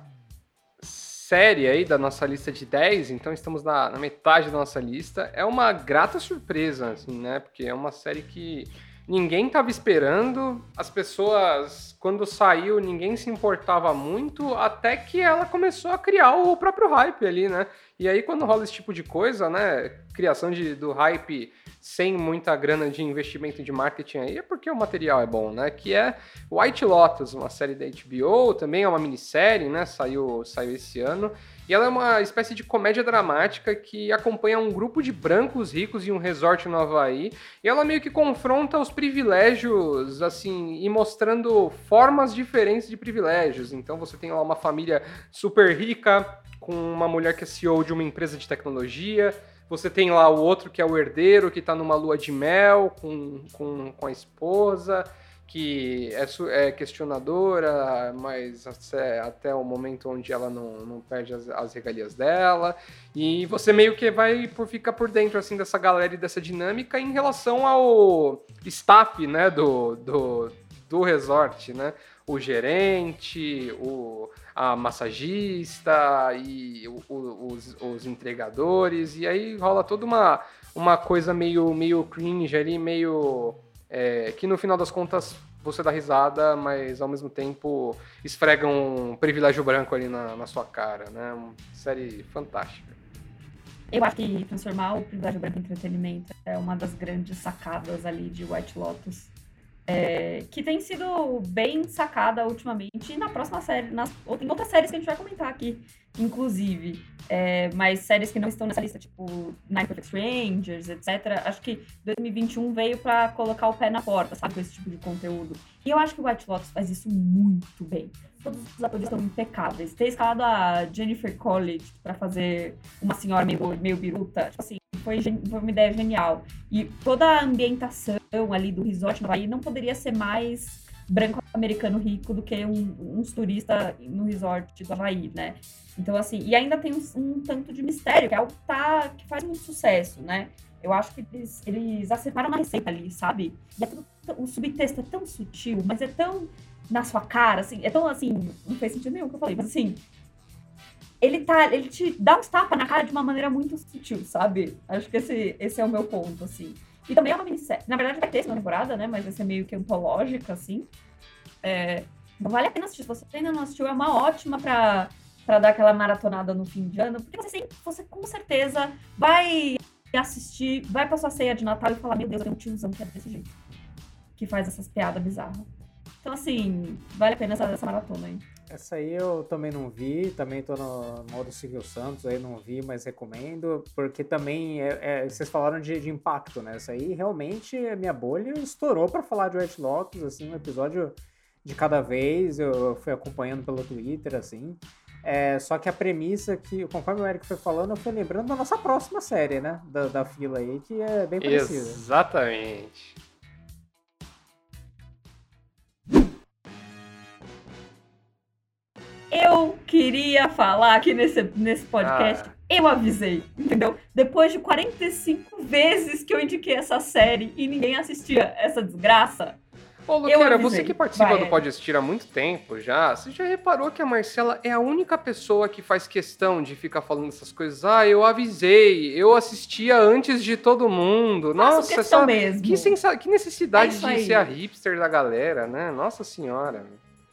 série aí da nossa lista de dez, então estamos na, na metade da nossa lista, é uma grata surpresa, assim, né? Porque é uma série que ninguém tava esperando, as pessoas, quando saiu, ninguém se importava muito, até que ela começou a criar o próprio hype ali, né? E aí, quando rola esse tipo de coisa, né? Criação de, do hype sem muita grana de investimento de marketing aí, é porque o material é bom, né? Que é White Lotus, uma série da H B O, também é uma minissérie, né? Saiu, saiu esse ano. E ela é uma espécie de comédia dramática que acompanha um grupo de brancos ricos em um resort no Havaí. E ela meio que confronta os privilégios, assim, e mostrando formas diferentes de privilégios. Então você tem lá uma família super rica, com uma mulher que é C E O de uma empresa de tecnologia. Você tem lá o outro que é o herdeiro, que tá numa lua de mel com, com, com a esposa, que é, su- é questionadora, mas até, até o momento onde ela não, não perde as, as regalias dela. E você meio que vai por, fica por dentro assim, dessa galera e dessa dinâmica em relação ao staff, né, do, do, do resort, né? o gerente, o, a massagista e o, o, os, os entregadores, e aí rola toda uma, uma coisa meio, meio cringe ali, meio... É, que no final das contas você dá risada, mas ao mesmo tempo esfrega um privilégio branco ali na, na sua cara, né? Uma série fantástica. Eu acho que transformar o privilégio branco em entretenimento é uma das grandes sacadas ali de White Lotus. É, que tem sido bem sacada ultimamente, e na próxima série, nas, em outras séries que a gente vai comentar aqui, inclusive, é, mas séries que não estão nessa lista, tipo Nine Perfect Strangers, etcétera. Acho que dois mil e vinte e um veio pra colocar o pé na porta, sabe, com esse tipo de conteúdo. E eu acho que o White Lotus faz isso muito bem. Todos os atores estão impecáveis. Ter escalado a Jennifer Coolidge pra fazer uma senhora meio, meio biruta, tipo assim, Foi, foi uma ideia genial. E toda a ambientação ali do resort no Havaí não poderia ser mais branco-americano rico do que um, uns turistas no resort do Havaí, né? Então, assim, e ainda tem um, um tanto de mistério, que é algo que, tá, que faz muito sucesso, né? Eu acho que eles, eles acertaram na receita ali, sabe? E é tudo, o subtexto é tão sutil, mas é tão na sua cara, assim, é tão assim, não fez sentido nenhum o que eu falei, mas assim, ele, tá, ele te dá uns tapas na cara de uma maneira muito sutil, sabe? Acho que esse, esse é o meu ponto, assim. E também é uma minissérie. Na verdade, vai ter segunda temporada, né? Mas vai ser meio que antológica, assim. É, então vale a pena assistir. Se você ainda não assistiu, é uma ótima pra, pra dar aquela maratonada no fim de ano. Porque você, sempre, você com certeza vai assistir, vai pra sua ceia de Natal e falar, meu Deus, eu tenho um tiozão que é desse jeito. Que faz essas piadas bizarras. Então, assim, vale a pena essa, essa maratona aí. Essa aí eu também não vi, também tô no modo Silvio Santos, aí não vi, mas recomendo, porque também, é, é, vocês falaram de, de impacto, né? Essa aí realmente a minha bolha estourou pra falar de White Lotus, assim, um episódio de cada vez, eu fui acompanhando pelo Twitter, assim. É, só que a premissa que, conforme o Eric foi falando, eu fui lembrando da nossa próxima série, né? Da, da fila aí, que é bem parecida. Exatamente. Eu queria falar aqui nesse, nesse podcast, ah. eu avisei, entendeu? Depois de quarenta e cinco vezes que eu indiquei essa série e ninguém assistia essa desgraça. Ô, Luqueira, você que participa Vai, do Pode Assistir há muito tempo já, você já reparou que a Marcela é a única pessoa que faz questão de ficar falando essas coisas? Ah, eu avisei, eu assistia antes de todo mundo. Nossa, essa, mesmo. Que, sensa... que necessidade é de ser a hipster da galera, né? Nossa senhora.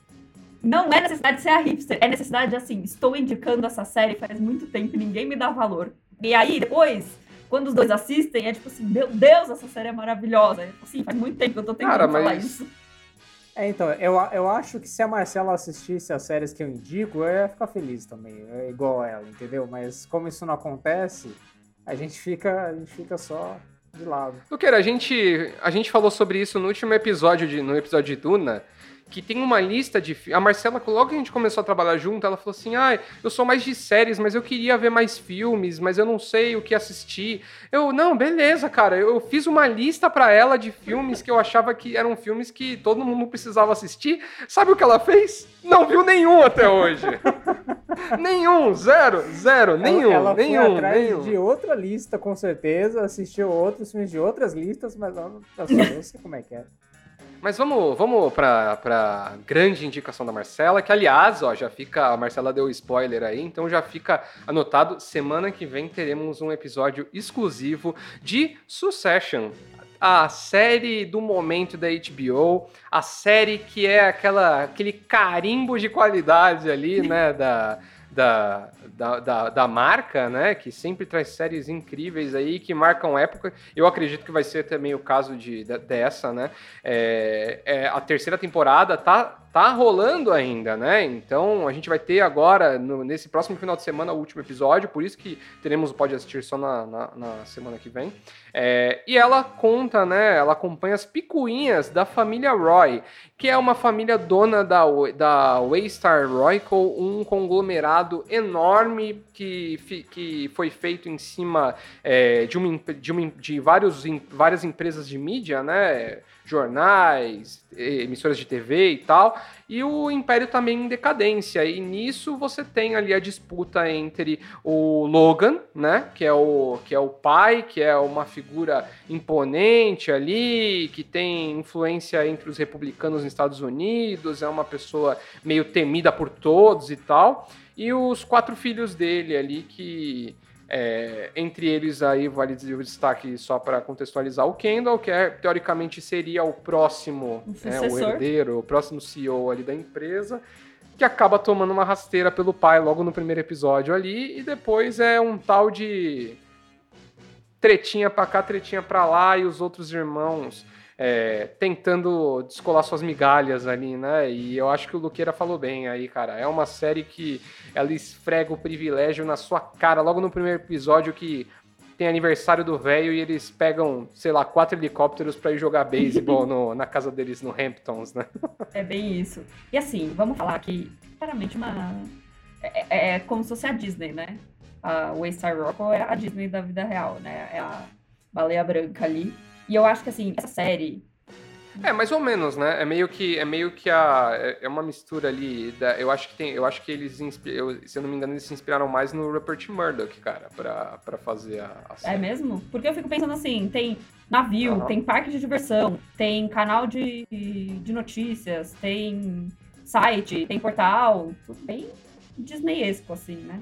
Não é necessidade de ser a hipster, é necessidade de, assim, estou indicando essa série faz muito tempo e ninguém me dá valor. E aí, depois, quando os dois assistem, é tipo assim, meu Deus, essa série é maravilhosa. É, assim, faz muito tempo que eu tô tentando Cara, mas... falar isso. É, então, eu, eu acho que se a Marcela assistisse as séries que eu indico, eu ia ficar feliz também, é igual a ela, entendeu? Mas como isso não acontece, a gente fica, a gente fica só de lado. Luqueira, a gente, a gente falou sobre isso no último episódio, de, no episódio de Duna, que tem uma lista de... A Marcela, logo que a gente começou a trabalhar junto, ela falou assim, ah, eu sou mais de séries, mas eu queria ver mais filmes, mas eu não sei o que assistir. Eu, não, beleza, cara, eu fiz uma lista pra ela de filmes que eu achava que eram filmes que todo mundo precisava assistir. Sabe o que ela fez? Não viu nenhum até hoje. Nenhum, zero, zero, nenhum, ela, ela nenhum, foi atrás nenhum. de outra lista, com certeza, assistiu outros filmes de outras listas, mas não, não sei como é que é. Mas vamos, vamos pra, pra grande indicação da Marcela, que aliás, ó, já fica, a Marcela deu spoiler aí, então já fica anotado, semana que vem teremos um episódio exclusivo de Succession, a série do momento da H B O, a série que é aquela, aquele carimbo de qualidade ali, né, da... Da, da, da, da marca, né, que sempre traz séries incríveis aí, que marcam época. Eu acredito que vai ser também o caso de, de, dessa, né, é, é, a terceira temporada tá, tá rolando ainda, né, então a gente vai ter agora, no, nesse próximo final de semana, o último episódio, por isso que teremos o Pode Assistir só na, na, na semana que vem, é, e ela conta, né, ela acompanha as picuinhas da família Roy, que é uma família dona da, da Waystar Royco, um conglomerado enorme que, que foi feito em cima é, de, uma, de, uma, de vários, várias empresas de mídia, né, jornais, emissoras de T V e tal, e o Império também em decadência, e nisso você tem ali a disputa entre o Logan, né, que é o, que é o pai, que é uma figura imponente ali, que tem influência entre os republicanos nos Estados Unidos, é uma pessoa meio temida por todos e tal, e os quatro filhos dele ali que... É, entre eles aí vale dizer o destaque só para contextualizar o Kendall, que é, teoricamente seria o próximo, o, é, o herdeiro, o próximo C E O ali da empresa, que acaba tomando uma rasteira pelo pai logo no primeiro episódio ali, e depois é um tal de tretinha pra cá, tretinha pra lá, e os outros irmãos é, tentando descolar suas migalhas ali, né? E eu acho que o Luqueira falou bem aí, cara. É uma série que ela esfrega o privilégio na sua cara, logo no primeiro episódio que tem aniversário do velho e eles pegam, sei lá, quatro helicópteros pra ir jogar beisebol no, na casa deles no Hamptons, né? É bem isso. E assim, vamos falar que, claramente, uma... É, é como se fosse a Disney, né? A Wayside Rock é a Disney da vida real, né? É a baleia branca ali. E eu acho que, assim, essa série... É, mais ou menos, né? É meio que, é meio que a... É uma mistura ali... Da, eu acho que tem... Eu acho que eles... Eu, se eu não me engano, eles se inspiraram mais no Rupert Murdoch, cara, pra, pra fazer a, a série. É mesmo? Porque eu fico pensando assim, tem navio, uhum. tem parque de diversão, tem canal de, de notícias, tem site, tem portal, tudo bem Disneyesco, assim, né?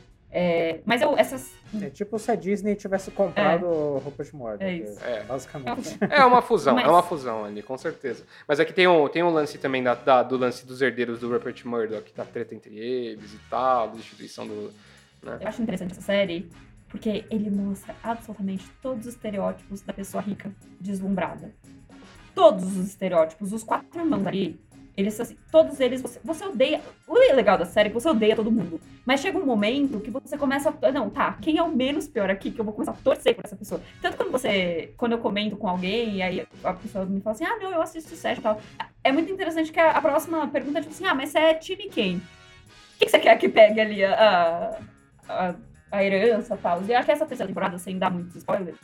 É, mas eu, essas... É tipo se a Disney tivesse comprado o é. Rupert Murdoch. É isso. É. Basicamente. É uma fusão, mas... é uma fusão ali, com certeza. Mas aqui tem um, tem um lance também da, da, do lance dos herdeiros do Rupert Murdoch, da treta entre eles e tal, da instituição do... Né? Eu acho interessante essa série, porque ele mostra absolutamente todos os estereótipos da pessoa rica, deslumbrada. Todos os estereótipos, os quatro irmãos ali, eles, assim, todos eles, você, você odeia... O legal da série é que você odeia todo mundo. Mas chega um momento que você começa a... Não, tá, quem é o menos pior aqui? Que eu vou começar a torcer por essa pessoa. Tanto quando você... Quando eu comento com alguém, e aí a pessoa me fala assim, ah, não, eu assisto Succession e tal. É muito interessante que a, a próxima pergunta é tipo assim, ah, mas você é time quem? O que, que você quer que pegue ali a, a, a herança e tal? E eu acho que essa terceira temporada, sem dar muitos spoilers,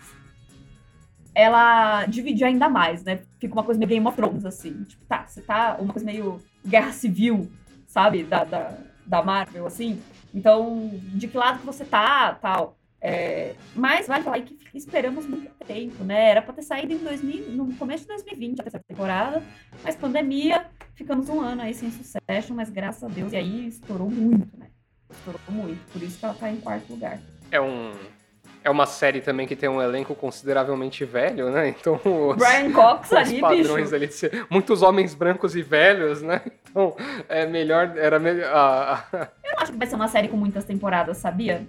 ela divide ainda mais, né? Fica uma coisa meio Game of Thrones, assim. Tipo, tá, você tá uma coisa meio guerra civil, sabe? Da, da, da Marvel, assim. Então, de que lado que você tá, tal. É, mas vale falar que esperamos muito tempo, né? Era pra ter saído em dois mil, no começo de dois mil e vinte, a terceira temporada. Mas pandemia, ficamos um ano aí sem Succession, mas graças a Deus. E aí estourou muito, né? Estourou muito. Por isso que ela tá em quarto lugar. É um... É uma série também que tem um elenco consideravelmente velho, né? Então, os, Brian Cox os ali, padrões bicho. ali de ser muitos homens brancos e velhos, né? Então, é melhor, era melhor... Ah, eu não acho que vai ser uma série com muitas temporadas, sabia?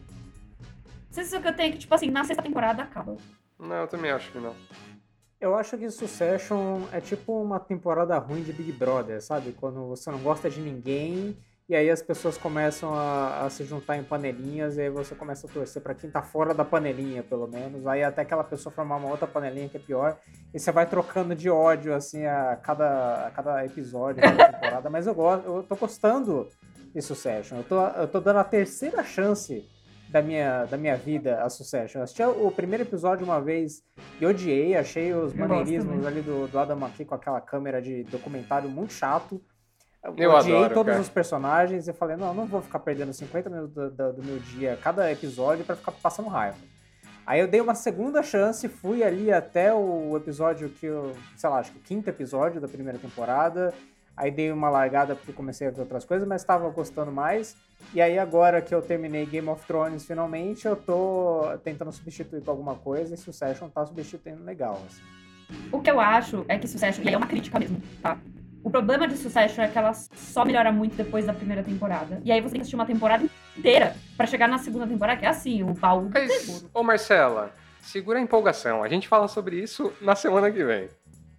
Não sei se é que eu tenho que, tipo assim, na sexta temporada acaba. Não, eu também acho que não. Eu acho que Succession é tipo uma temporada ruim de Big Brother, sabe? Quando você não gosta de ninguém... E aí as pessoas começam a, a se juntar em panelinhas e aí você começa a torcer pra quem tá fora da panelinha, pelo menos. Aí até aquela pessoa formar uma outra panelinha que é pior. E você vai trocando de ódio, assim, a cada, a cada episódio, a cada temporada. Mas eu gosto, eu tô gostando de Succession. Eu tô, eu tô dando a terceira chance da minha, da minha vida a Succession. Eu assisti o primeiro episódio uma vez e odiei. Achei os eu maneirismos ali do, do Adam McKay com aquela câmera de documentário muito chato. Eu, eu odiei adoro, todos cara. os personagens e falei, não, não vou ficar perdendo cinquenta minutos do, do, do meu dia, cada episódio, pra ficar passando raiva. Aí eu dei uma segunda chance, fui ali até o episódio que eu, sei lá, acho que o quinto episódio da primeira temporada, aí dei uma largada porque comecei a ver outras coisas, mas estava gostando mais. E aí agora que eu terminei Game of Thrones finalmente, eu tô tentando substituir com alguma coisa e Succession tá substituindo legal, assim. O que eu acho é que Succession, e é uma crítica mesmo, tá? O problema de Succession é que ela só melhora muito depois da primeira temporada. E aí você tem que assistir uma temporada inteira pra chegar na segunda temporada, que é assim, o baú do Mas, tesouro. ô Marcela, segura a empolgação. A gente fala sobre isso na semana que vem.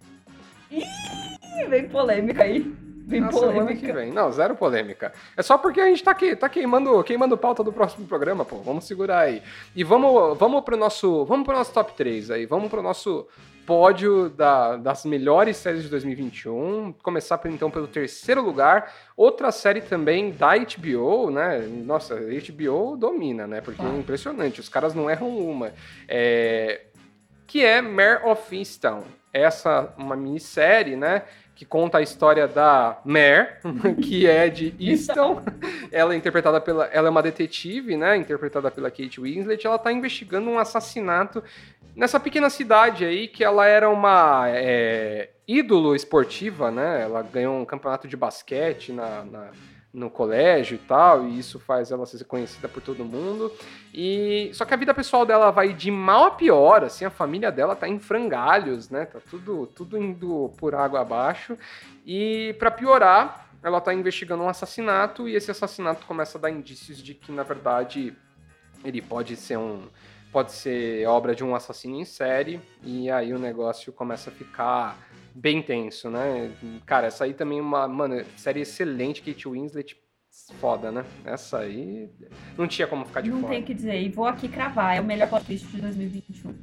Ih, vem polêmica aí. Vem na polêmica. semana que vem. Não, zero polêmica. É só porque a gente tá, aqui, tá queimando, queimando pauta do próximo programa, pô. Vamos segurar aí. E vamos, vamos pro nosso, vamos pro nosso top três aí. Vamos pro nosso pódio da, das melhores séries de dois mil e vinte e um. Começar então pelo terceiro lugar. Outra série também da H B O, né? Nossa, a H B O domina, né? Porque ah. é impressionante. Os caras não erram uma. É... Que é Mare of Easttown. essa uma minissérie, né, que conta a história da Mare, que é de Easton. Ela é interpretada pela, ela é uma detetive, né, interpretada pela Kate Winslet. Ela está investigando um assassinato nessa pequena cidade aí, que ela era uma é, ídolo esportiva, né? Ela ganhou um campeonato de basquete na, na no colégio e tal, e isso faz ela ser conhecida por todo mundo. E só que a vida pessoal dela vai de mal a pior, assim, a família dela tá em frangalhos, né? Tá tudo, tudo indo por água abaixo. E para piorar, ela tá investigando um assassinato, e esse assassinato começa a dar indícios de que, na verdade, ele pode ser um pode ser obra de um assassino em série, e aí o negócio começa a ficar bem tenso, né? Cara, essa aí também é uma, mano, série excelente, Kate Winslet, foda, né? Essa aí não tinha como ficar de não fora. Não tem o que dizer, e vou aqui cravar, é o melhor plot twist de dois mil e vinte e um.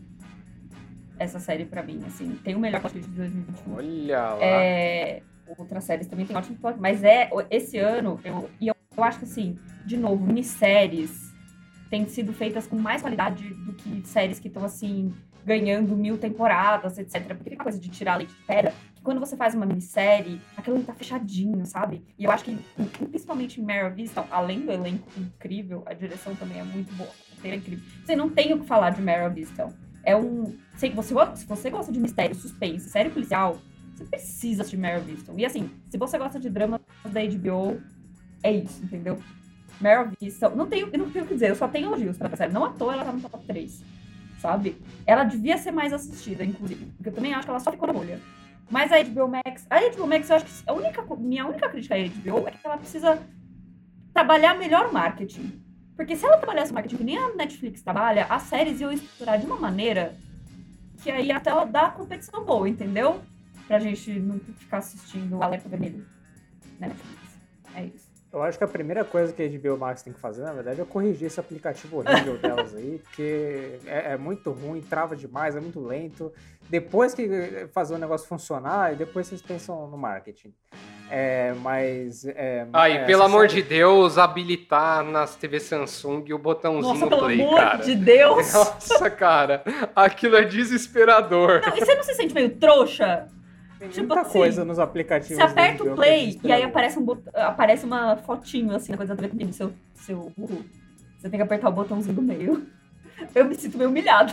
Essa série pra mim, assim, tem o melhor plot twist de dois mil e vinte e um. Olha lá. É, outras séries também tem ótimo plot, mas é, esse ano, eu, e eu, eu acho que assim, de novo, minisséries têm sido feitas com mais qualidade do que séries que estão, assim, ganhando mil temporadas, etcétera. Porque tem uma coisa de tirar leite de pedra, que quando você faz uma minissérie, aquilo tá fechadinho, sabe? E eu acho que, principalmente em Mare of Easttown, além do elenco incrível, a direção também é muito boa. É incrível. Você não tem o que falar de Mare of Easttown. É um... Se você, se você gosta de mistério, suspense, série policial, você precisa assistir Mare of Easttown. E assim, se você gosta de drama da H B O, é isso, entendeu? Mare of Easttown, não tenho, não tenho o que dizer, eu só tenho elogios pra essa série. Não à toa ela tá no top três, sabe? Ela devia ser mais assistida, inclusive, porque eu também acho que ela só ficou na bolha. Mas a H B O Max, a H B O Max, eu acho que a única, minha única crítica à H B O é que ela precisa trabalhar melhor o marketing. Porque se ela trabalhasse o marketing que nem a Netflix trabalha, as séries iam estruturar de uma maneira que aí até ela dá competição boa, entendeu? Pra gente não ficar assistindo o Alerta Vermelho na Netflix. É isso. Eu acho que a primeira coisa que a H B O Max tem que fazer, na verdade, é corrigir esse aplicativo horrível delas aí, porque é, é muito ruim, trava demais, é muito lento. Depois que fazer o negócio funcionar, e depois vocês pensam no marketing. É, mas... É, Aí, é, pelo amor série... de Deus, habilitar nas T V Samsung o botãozinho Nossa, play, pelo amor cara. de Deus! Nossa, cara, aquilo é desesperador. Não, e você não se sente meio trouxa? Tem Tipo muita assim, coisa nos aplicativos. Você aperta o play é e aí aparece, um bot... aparece uma fotinho, assim, na coisa da do seu, seu burro. Você tem que apertar o botãozinho do meio. Eu me sinto meio humilhado.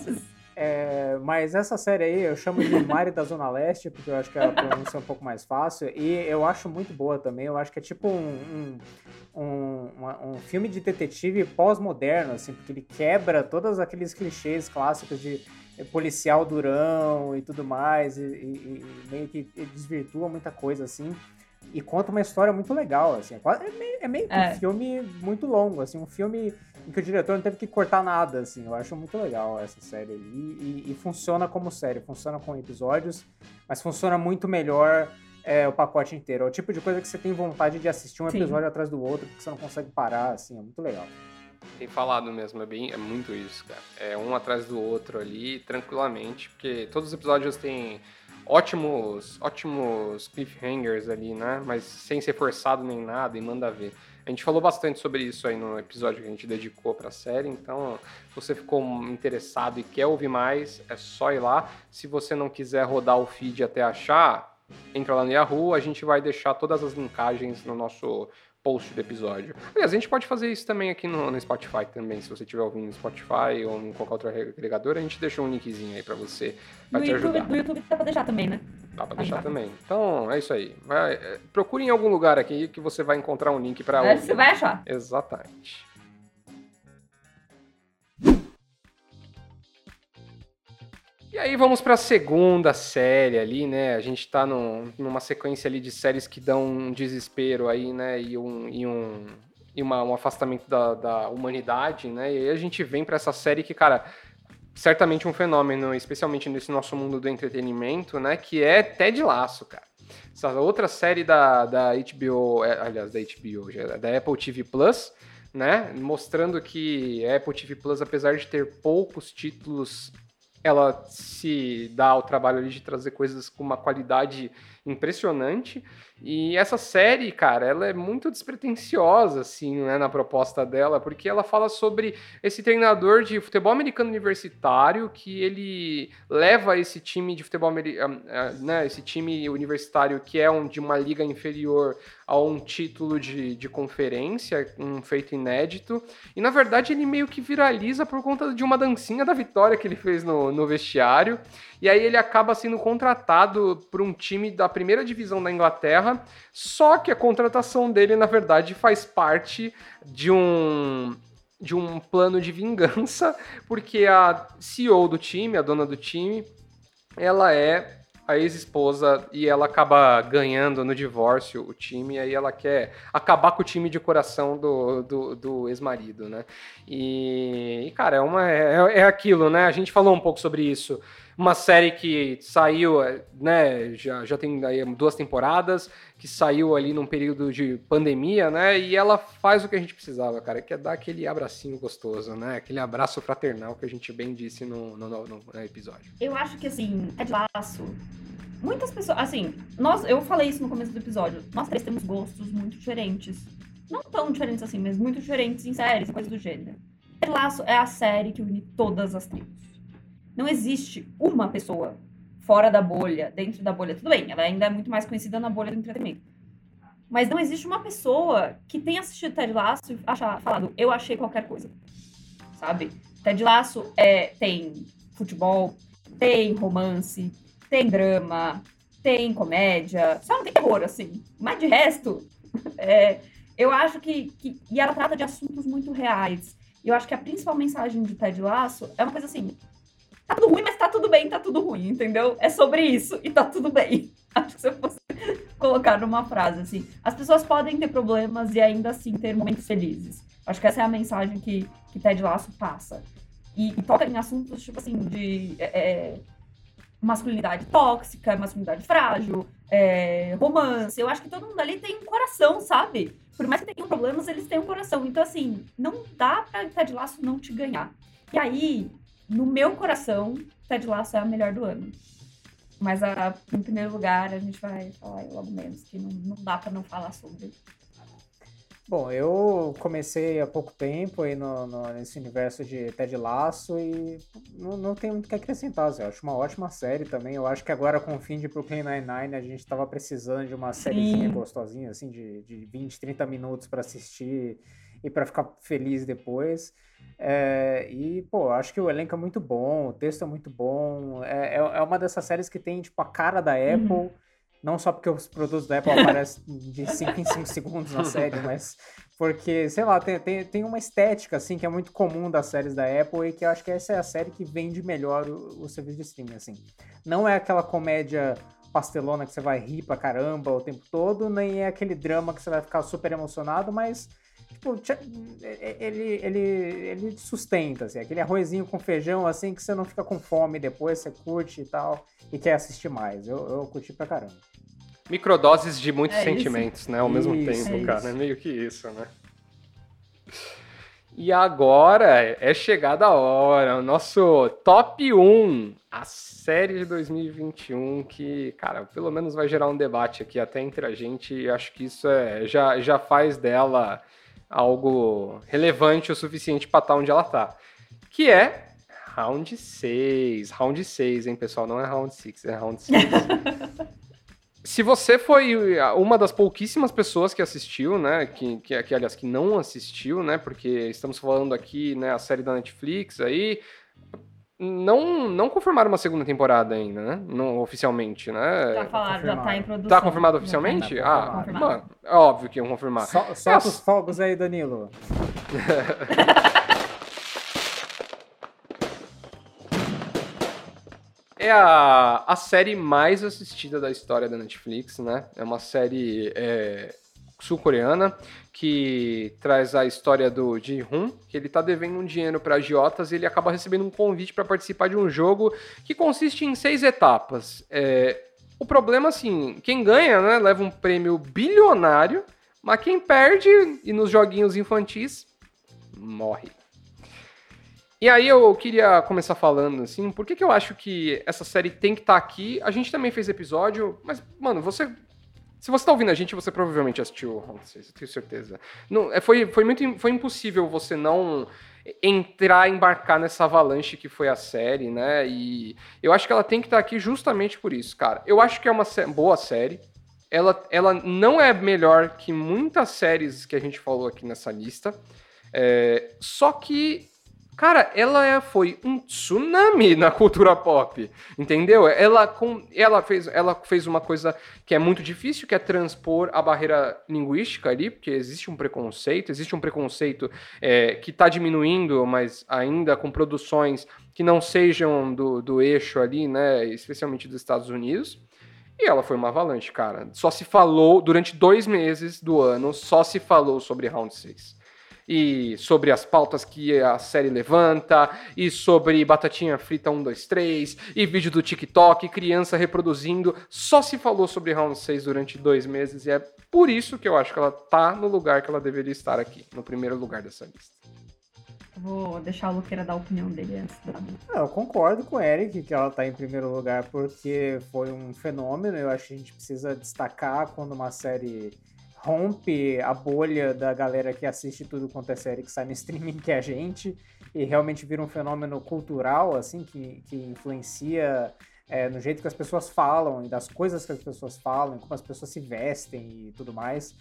É, mas essa série aí eu chamo de Mare da Zona Leste, porque eu acho que a pronúncia é um pouco mais fácil. E eu acho muito boa também. Eu acho que é tipo um, um, um, uma, um filme de detetive pós-moderno, assim, porque ele quebra todos aqueles clichês clássicos de policial durão e tudo mais, e, e, e meio que desvirtua muita coisa, assim, e conta uma história muito legal, assim, é meio, é meio que é. um filme muito longo, assim, um filme em que o diretor não teve que cortar nada, assim, eu acho muito legal essa série, e, e, e funciona como série, funciona com episódios, mas funciona muito melhor é, o pacote inteiro, é o tipo de coisa que você tem vontade de assistir um Sim. episódio atrás do outro, porque você não consegue parar, assim, é muito legal. Tem falado mesmo, é, bem, é muito isso, cara. É um atrás do outro ali, tranquilamente, porque todos os episódios têm ótimos, ótimos cliffhangers ali, né? Mas sem ser forçado nem nada, e manda ver. A gente falou bastante sobre isso aí no episódio que a gente dedicou pra série, então se você ficou interessado e quer ouvir mais, é só ir lá. Se você não quiser rodar o feed até achar, entra lá no Yahoo, a gente vai deixar todas as linkagens no nosso post do episódio. Aliás, a gente pode fazer isso também aqui no, no Spotify também, se você estiver ouvindo no Spotify ou em qualquer outro agregador, a gente deixa um linkzinho aí pra você, pra no te YouTube, ajudar. No YouTube dá pra deixar também, né? Dá pra deixar ah, também. Então, é isso aí. Vai, é, procure em algum lugar aqui que você vai encontrar um link pra é, ouvir. Você vai achar. Exatamente. E aí vamos para a segunda série ali, né? A gente tá num, numa sequência ali de séries que dão um desespero aí, né? E um, e um, e uma, um afastamento da, da humanidade, né? E aí a gente vem para essa série que, cara, certamente um fenômeno, especialmente nesse nosso mundo do entretenimento, né? Que é Ted Lasso, cara. Essa outra série da, da H B O, aliás, da H B O, já, da Apple T V Plus, né? Mostrando que a Apple T V Plus, apesar de ter poucos títulos ela se dá ao trabalho ali de trazer coisas com uma qualidade impressionante. E essa série, cara, ela é muito despretensiosa, assim, né, na proposta dela, porque ela fala sobre esse treinador de futebol americano universitário que ele leva esse time de futebol americano, né, esse time universitário que é um, de uma liga inferior a um título de, de conferência, um feito inédito. E, na verdade, ele meio que viraliza por conta de uma dancinha da vitória que ele fez no, no vestiário. E aí ele acaba sendo contratado por um time da primeira divisão da Inglaterra, só que a contratação dele, na verdade, faz parte de um, de um plano de vingança, porque a C E O do time, a dona do time, ela é a ex-esposa e ela acaba ganhando no divórcio o time, e aí ela quer acabar com o time de coração do, do, do ex-marido, né? E, e, cara, é, uma, é, é aquilo, né? A gente falou um pouco sobre isso. Uma série que saiu, né, já, já tem aí duas temporadas, que saiu ali num período de pandemia, né, e ela faz o que a gente precisava, cara, que é dar aquele abracinho gostoso, né, aquele abraço fraternal que a gente bem disse no, no, no, no episódio. Eu acho que, assim, Ted Lasso, muitas pessoas, assim, nós, eu falei isso no começo do episódio, nós três temos gostos muito diferentes, não tão diferentes assim, mas muito diferentes em séries e coisas do gênero. Ted Lasso é a série que une todas as tribos. Não existe uma pessoa fora da bolha, dentro da bolha. Tudo bem, ela ainda é muito mais conhecida na bolha do entretenimento. Mas não existe uma pessoa que tenha assistido Ted Lasso e achar, falado, eu achei qualquer coisa. Sabe? Ted Lasso é, tem futebol, tem romance, tem drama, tem comédia. Só não tem terror, assim. Mas de resto, é, eu acho que, que... E ela trata de assuntos muito reais. E eu acho que a principal mensagem de Ted Lasso é uma coisa assim... Tá tudo ruim, mas tá tudo bem, tá tudo ruim, entendeu? É sobre isso e tá tudo bem. Acho que se eu fosse colocar numa frase, assim, as pessoas podem ter problemas e ainda assim ter momentos felizes. Acho que essa é a mensagem que, que Ted Lasso passa. E, e toca em assuntos, tipo assim, de é, masculinidade tóxica, masculinidade frágil, é, romance. Eu acho que todo mundo ali tem um coração, sabe? Por mais que tenham problemas, eles têm um coração. Então, assim, não dá pra Ted Lasso não te ganhar. E aí... No meu coração, Ted Lasso é a melhor do ano. Mas, a, em primeiro lugar, a gente vai falar logo menos, que não, não dá pra não falar sobre. Bom, eu comecei há pouco tempo aí no, no, nesse universo de Ted Lasso e não, não tenho muito o que acrescentar. Assim, eu acho uma ótima série também. Eu acho que agora, com o fim de Brooklyn Nine-Nine, a gente tava precisando de uma sériezinha gostosinha, assim, de, de vinte, trinta minutos pra assistir e pra ficar feliz depois. É, e, pô, acho que o elenco é muito bom, o texto é muito bom, é, é uma dessas séries que tem, tipo, a cara da Apple, uhum. Não só porque os produtos da Apple aparecem de cinco em cinco segundos na série, mas porque, sei lá, tem, tem, tem uma estética, assim, que é muito comum das séries da Apple e que eu acho que essa é a série que vende melhor o, o serviço de streaming, assim. Não é aquela comédia pastelona que você vai rir pra caramba o tempo todo, nem é aquele drama que você vai ficar super emocionado, mas... Tipo, ele, ele, ele sustenta, assim, aquele arrozinho com feijão, assim, que você não fica com fome depois, você curte e tal, e quer assistir mais. Eu, eu curti pra caramba. Microdoses de muitos é sentimentos, isso. né, ao isso, mesmo tempo, é cara, isso. é meio que isso, né? E agora é chegada a hora, o nosso top um, a série de dois mil e vinte e um, que, cara, pelo menos vai gerar um debate aqui até entre a gente, e acho que isso é, já, já faz dela... algo relevante o suficiente para estar onde ela tá. Que é Round seis. Round seis, hein, pessoal? Não é Round seis, é Round seis. Se você foi uma das pouquíssimas pessoas que assistiu, né, que, que, que aliás, que não assistiu, né, porque estamos falando aqui, né, a série da Netflix aí, não, não confirmaram uma segunda temporada ainda, né? Não, oficialmente, né? Já falaram, já tá em produção. Tá confirmado oficialmente? Tá, ah, confirmado. Mano, é óbvio que iam confirmar. So, solta os fogos aí, Danilo. É a, a série mais assistida da história da Netflix, né? É uma série é, sul-coreana que traz a história do Ji-hoon, que ele tá devendo um dinheiro para agiotas e ele acaba recebendo um convite para participar de um jogo que consiste em seis etapas. É, o problema, assim, quem ganha, né, leva um prêmio bilionário, mas quem perde, e nos joguinhos infantis, morre. E aí eu queria começar falando, assim, por que que eu acho que essa série tem que estar aqui? A gente também fez episódio, mas, mano, você... Se você tá ouvindo a gente, você provavelmente assistiu Round seis, eu tenho certeza. Não, é, foi, foi, muito, foi impossível você não entrar, embarcar nessa avalanche que foi a série, né? E eu acho que ela tem que estar aqui justamente por isso, cara. Eu acho que é uma sé- boa série. Ela, ela não é melhor que muitas séries que a gente falou aqui nessa lista. É, só que, cara, ela é, foi um tsunami na cultura pop, entendeu? Ela, com, ela, fez, ela fez uma coisa que é muito difícil, que é transpor a barreira linguística ali, porque existe um preconceito, existe um preconceito é, que está diminuindo, mas ainda com produções que não sejam do, do eixo ali, né, especialmente dos Estados Unidos. E ela foi uma avalanche, cara. Só se falou, durante dois meses do ano, só se falou sobre Round seis. E sobre as pautas que a série levanta, e sobre batatinha frita um, dois, três, e vídeo do TikTok, criança reproduzindo. Só se falou sobre Round seis durante dois meses, e é por isso que eu acho que ela tá no lugar que ela deveria estar aqui, no primeiro lugar dessa lista. Vou deixar o Luqueira dar a opinião dele antes da minha. Eu concordo com o Eric que ela tá em primeiro lugar porque foi um fenômeno. Eu acho que a gente precisa destacar quando uma série rompe a bolha da galera que assiste tudo quanto é série que sai no streaming, que é a gente, e realmente vira um fenômeno cultural, assim, que, que influencia é, no jeito que as pessoas falam e das coisas que as pessoas falam, como as pessoas se vestem e tudo mais.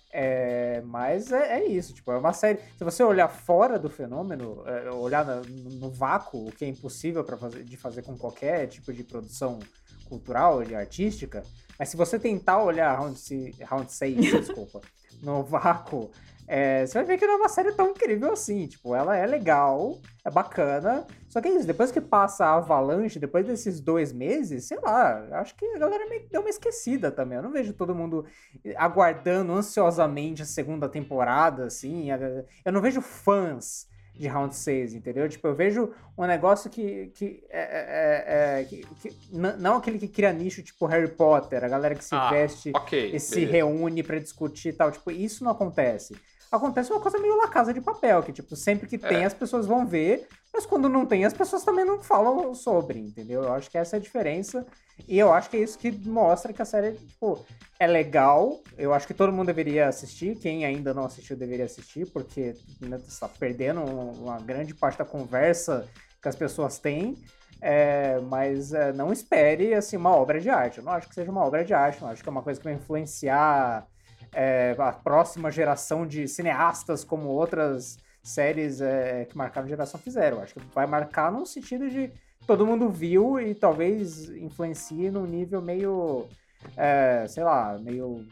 É, mas é, é isso, tipo, é uma série. Se você olhar fora do fenômeno, é, olhar no, no vácuo, o que é impossível pra fazer, de fazer com qualquer tipo de produção cultural, de artística, mas se você tentar olhar Round seis, desculpa, no vácuo, é, você vai ver que não é uma série tão incrível assim. Tipo, ela é legal, é bacana, só que é isso, depois que passa a avalanche, depois desses dois meses, sei lá, acho que a galera meio que deu uma esquecida também. Eu não vejo todo mundo aguardando ansiosamente a segunda temporada, assim. Eu não vejo fãs de Round seis, entendeu? Tipo, eu vejo um negócio que, que, é, é, é, que, que não aquele que cria nicho tipo Harry Potter, a galera que se ah, veste okay, e se beleza. reúne pra discutir e tal, tipo, isso não acontece. Acontece uma coisa meio La Casa de Papel, que tipo, sempre que tem É. as pessoas vão ver, mas quando não tem as pessoas também não falam sobre, entendeu? Eu acho que essa é a diferença, e eu acho que é isso que mostra que a série, tipo, é legal. Eu acho que todo mundo deveria assistir, quem ainda não assistiu deveria assistir, porque né, você tá perdendo uma grande parte da conversa que as pessoas têm, é, mas é, não espere, assim, uma obra de arte. Eu não acho que seja uma obra de arte, não acho que é uma coisa que vai influenciar É, a próxima geração de cineastas, como outras séries é, que marcaram a geração fizeram. Acho que vai marcar no sentido de todo mundo viu e talvez influencie num nível meio, é, sei lá, meio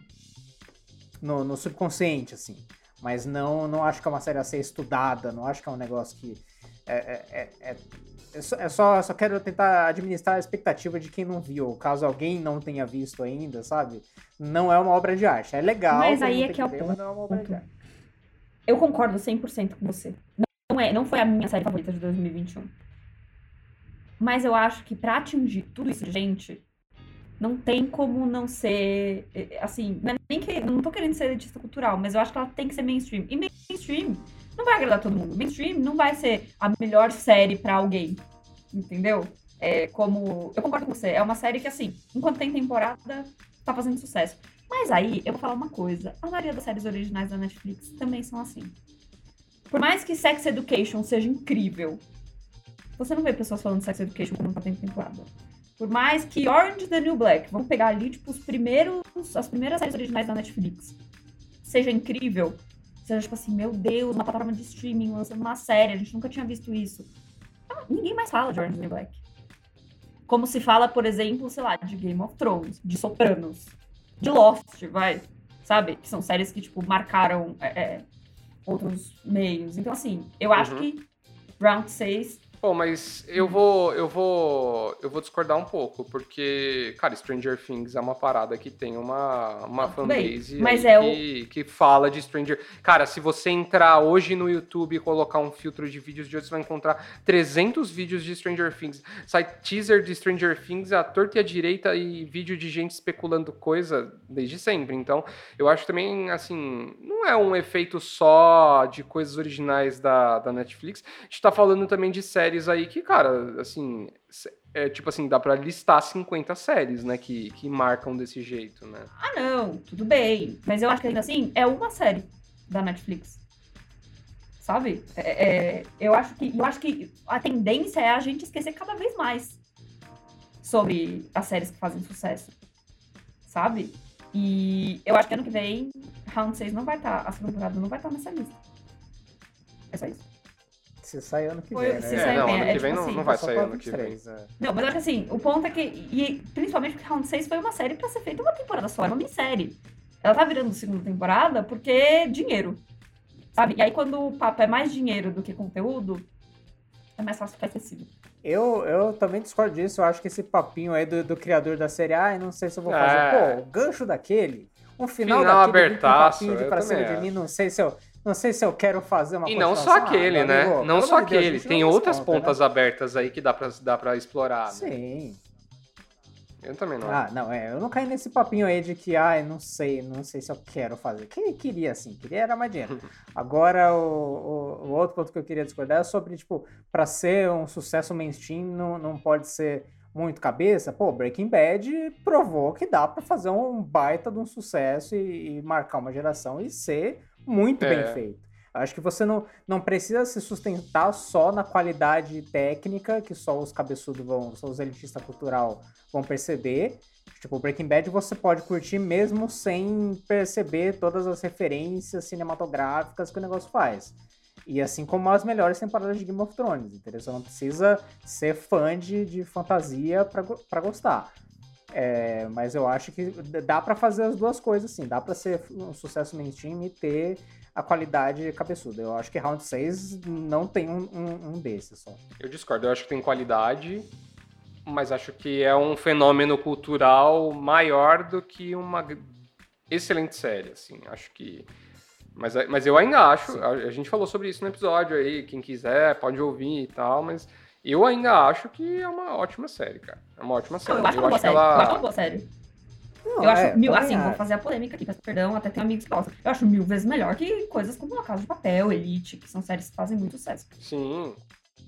no, no subconsciente, assim. Mas não, não acho que é uma série a ser estudada, não acho que é um negócio que é, é, é, é só, é só, só quero tentar administrar a expectativa de quem não viu, caso alguém não tenha visto ainda, sabe? Não é uma obra de arte. É legal, Mas aí é tem que é o ver, ponto. mas não é uma obra de arte. Eu concordo cem por cento com você. Não, é, não foi a minha série favorita de dois mil e vinte e um. Mas eu acho que pra atingir tudo isso de gente, não tem como não ser, assim, não, é nem que, não tô querendo ser elitista cultural, mas eu acho que ela tem que ser mainstream. E mainstream não vai agradar todo mundo. Mainstream não vai ser a melhor série pra alguém, entendeu? É como, eu concordo com você, é uma série que, assim, enquanto tem temporada, tá fazendo sucesso. Mas aí, eu vou falar uma coisa, a maioria das séries originais da Netflix também são assim. Por mais que Sex Education seja incrível, você não vê pessoas falando Sex Education quando não tá tendo temporada. Por mais que Orange is the New Black, vamos pegar ali, tipo, os primeiros, as primeiras séries originais da Netflix, seja incrível, seja, tipo assim, meu Deus, uma plataforma de streaming lançando uma série, a gente nunca tinha visto isso. Ah, ninguém mais fala de Orange is the New Black. Como se fala, por exemplo, sei lá, de Game of Thrones, de Sopranos, de Lost, vai, sabe? Que são séries que, tipo, marcaram é, é, outros meios. Então, assim, eu acho Uhum. que Round seis Pô, mas eu vou, eu vou, eu vou discordar um pouco, porque, cara, Stranger Things é uma parada que tem uma, uma fanbase mas aí é que, o... que fala de Stranger... Cara, se você entrar hoje no YouTube e colocar um filtro de vídeos de hoje, você vai encontrar trezentos vídeos de Stranger Things. Sai teaser de Stranger Things à torta e à direita e vídeo de gente especulando coisa desde sempre. Então, eu acho também, assim, não é um efeito só de coisas originais da, da Netflix. A gente tá falando também de séries aí que, cara, assim, é tipo assim, dá pra listar cinquenta séries, né, que, que marcam desse jeito, né? Ah, não, tudo bem. Mas eu acho que ainda assim, é uma série da Netflix. Sabe? É, é, eu, acho que, eu acho que a tendência é a gente esquecer cada vez mais sobre as séries que fazem sucesso. Sabe? E eu acho que ano que vem, Round seis não vai estar, a segunda temporada não vai estar nessa lista. É só isso. Se sai ano que Foi, vem, né? se É, sai não, bem, ano é, que vem tipo não, assim, não vai só sair pra ano que vem. vinte e três, é. Não, mas acho que assim, o ponto é que, e principalmente porque Round seis foi uma série pra ser feita uma temporada só, é uma minissérie. Ela tá virando segunda temporada porque é dinheiro, sabe? E aí quando o papo é mais dinheiro do que conteúdo, é mais fácil ficar esquecido. Eu, eu também discordo disso, eu acho que esse papinho aí do, do criador da série, ai, não sei se eu vou fazer, É. pô, o gancho daquele, um final, Final daquele com um abertaço, papinho de eu pra também cima de acho. mim, não sei se eu... Não sei se eu quero fazer uma E não continuação. só aquele, Ah, né? amigo, Não pelo só amor de Deus, aquele. a gente Tem não outras desconta, pontas né? abertas aí que dá pra, dá pra explorar, né? Sim. Eu também não. Ah, não, é, eu não caí nesse papinho aí de que, ai, não sei, não sei se eu quero fazer. Quem queria, assim, queria era mais dinheiro. Agora, o, o, o outro ponto que eu queria discordar é sobre, tipo, pra ser um sucesso mainstream, não, não pode ser muito cabeça. Pô, Breaking Bad provou que dá pra fazer um baita de um sucesso e, e marcar uma geração e ser muito É. bem feito. Acho que você não, não precisa se sustentar só na qualidade técnica, que só os cabeçudos vão, só os elitistas cultural vão perceber. Tipo, Breaking Bad você pode curtir mesmo sem perceber todas as referências cinematográficas que o negócio faz. E assim como as melhores temporadas de Game of Thrones, entendeu? Você não precisa ser fã de, de fantasia pra, pra gostar. É, mas eu acho que dá pra fazer as duas coisas, sim. Dá pra ser um sucesso mainstream e ter a qualidade cabeçuda. Eu acho que Round seis não tem um, um, um desses só. Eu discordo. Eu acho que tem qualidade, mas acho que é um fenômeno cultural maior do que uma excelente série, assim. Acho que... Mas, mas eu ainda acho... A, a gente falou sobre isso no episódio aí. Quem quiser pode ouvir e tal, mas... Eu ainda acho que é uma ótima série, cara. É uma ótima série. Eu acho uma boa série. ela... Eu acho uma boa série. Não, eu acho é, mil, também assim, acho. vou fazer a polêmica aqui, peço perdão, até tem amigos que gostam. Eu acho mil vezes melhor que coisas como A Casa de Papel, Elite, que são séries que fazem muito sucesso. Sim.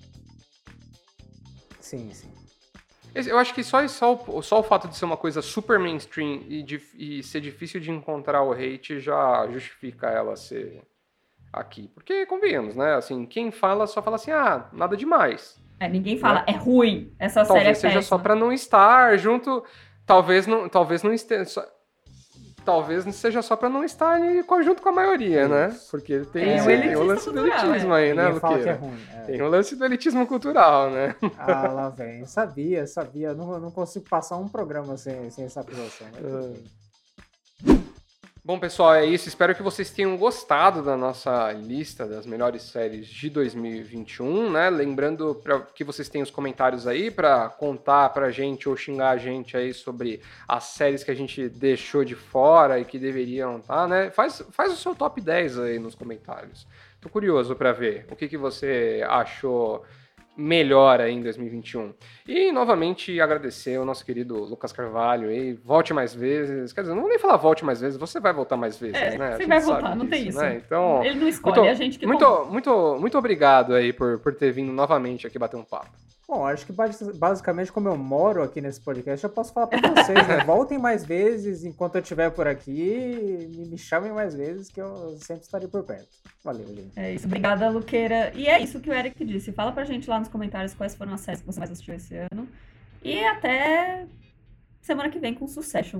Sim, sim. Eu acho que só, só, o, só o fato de ser uma coisa super mainstream e, de, e ser difícil de encontrar o hate já justifica ela ser aqui. Porque, convenhamos, né? Assim, quem fala só fala assim, ah, nada demais. É, ninguém fala, é ruim, essa série é Talvez seja péssima. só pra não estar junto... Talvez não, talvez não esteja... Só, talvez seja só pra não estar ali junto com a maioria, né? Porque tem, Tem esse- o tem o elitismo lance do cultural, elitismo é. aí, né, Ninguém fala que é Luqueira? ruim. é. Tem o lance do elitismo cultural, né? Ah, lá vem. Sabia, sabia. Não, não consigo passar um programa sem, sem essa acusação. Mas tudo bem. Bom, pessoal, é isso. Espero que vocês tenham gostado da nossa lista das melhores séries de dois mil e vinte e um, né? Lembrando pra, que vocês têm os comentários aí para contar pra gente ou xingar a gente aí sobre as séries que a gente deixou de fora e que deveriam estar, né? Faz, faz o seu top dez aí nos comentários. Tô curioso para ver o que, que você achou melhor aí em dois mil e vinte e um. E, novamente, agradecer ao nosso querido Lucas Carvalho aí. Volte mais vezes. Quer dizer, não vou nem falar volte mais vezes, você vai voltar mais vezes, É, né? A você gente vai sabe voltar, não disso, tem isso. né? Então, Ele não escolhe, muito, é a gente que muito, convida. muito, muito obrigado aí por, por ter vindo novamente aqui bater um papo. Bom, acho que basi- basicamente como eu moro aqui nesse podcast, eu posso falar pra vocês, né? Voltem mais vezes enquanto eu estiver por aqui, me, me chamem mais vezes que eu sempre estarei por perto. Valeu, gente. É isso, obrigada, Luqueira. E é isso que o Eric disse. Fala pra gente lá nos comentários quais foram as séries que você mais assistiu esse ano. E até semana que vem com Succession.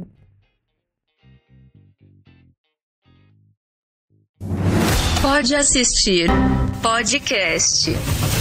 Pode assistir podcast.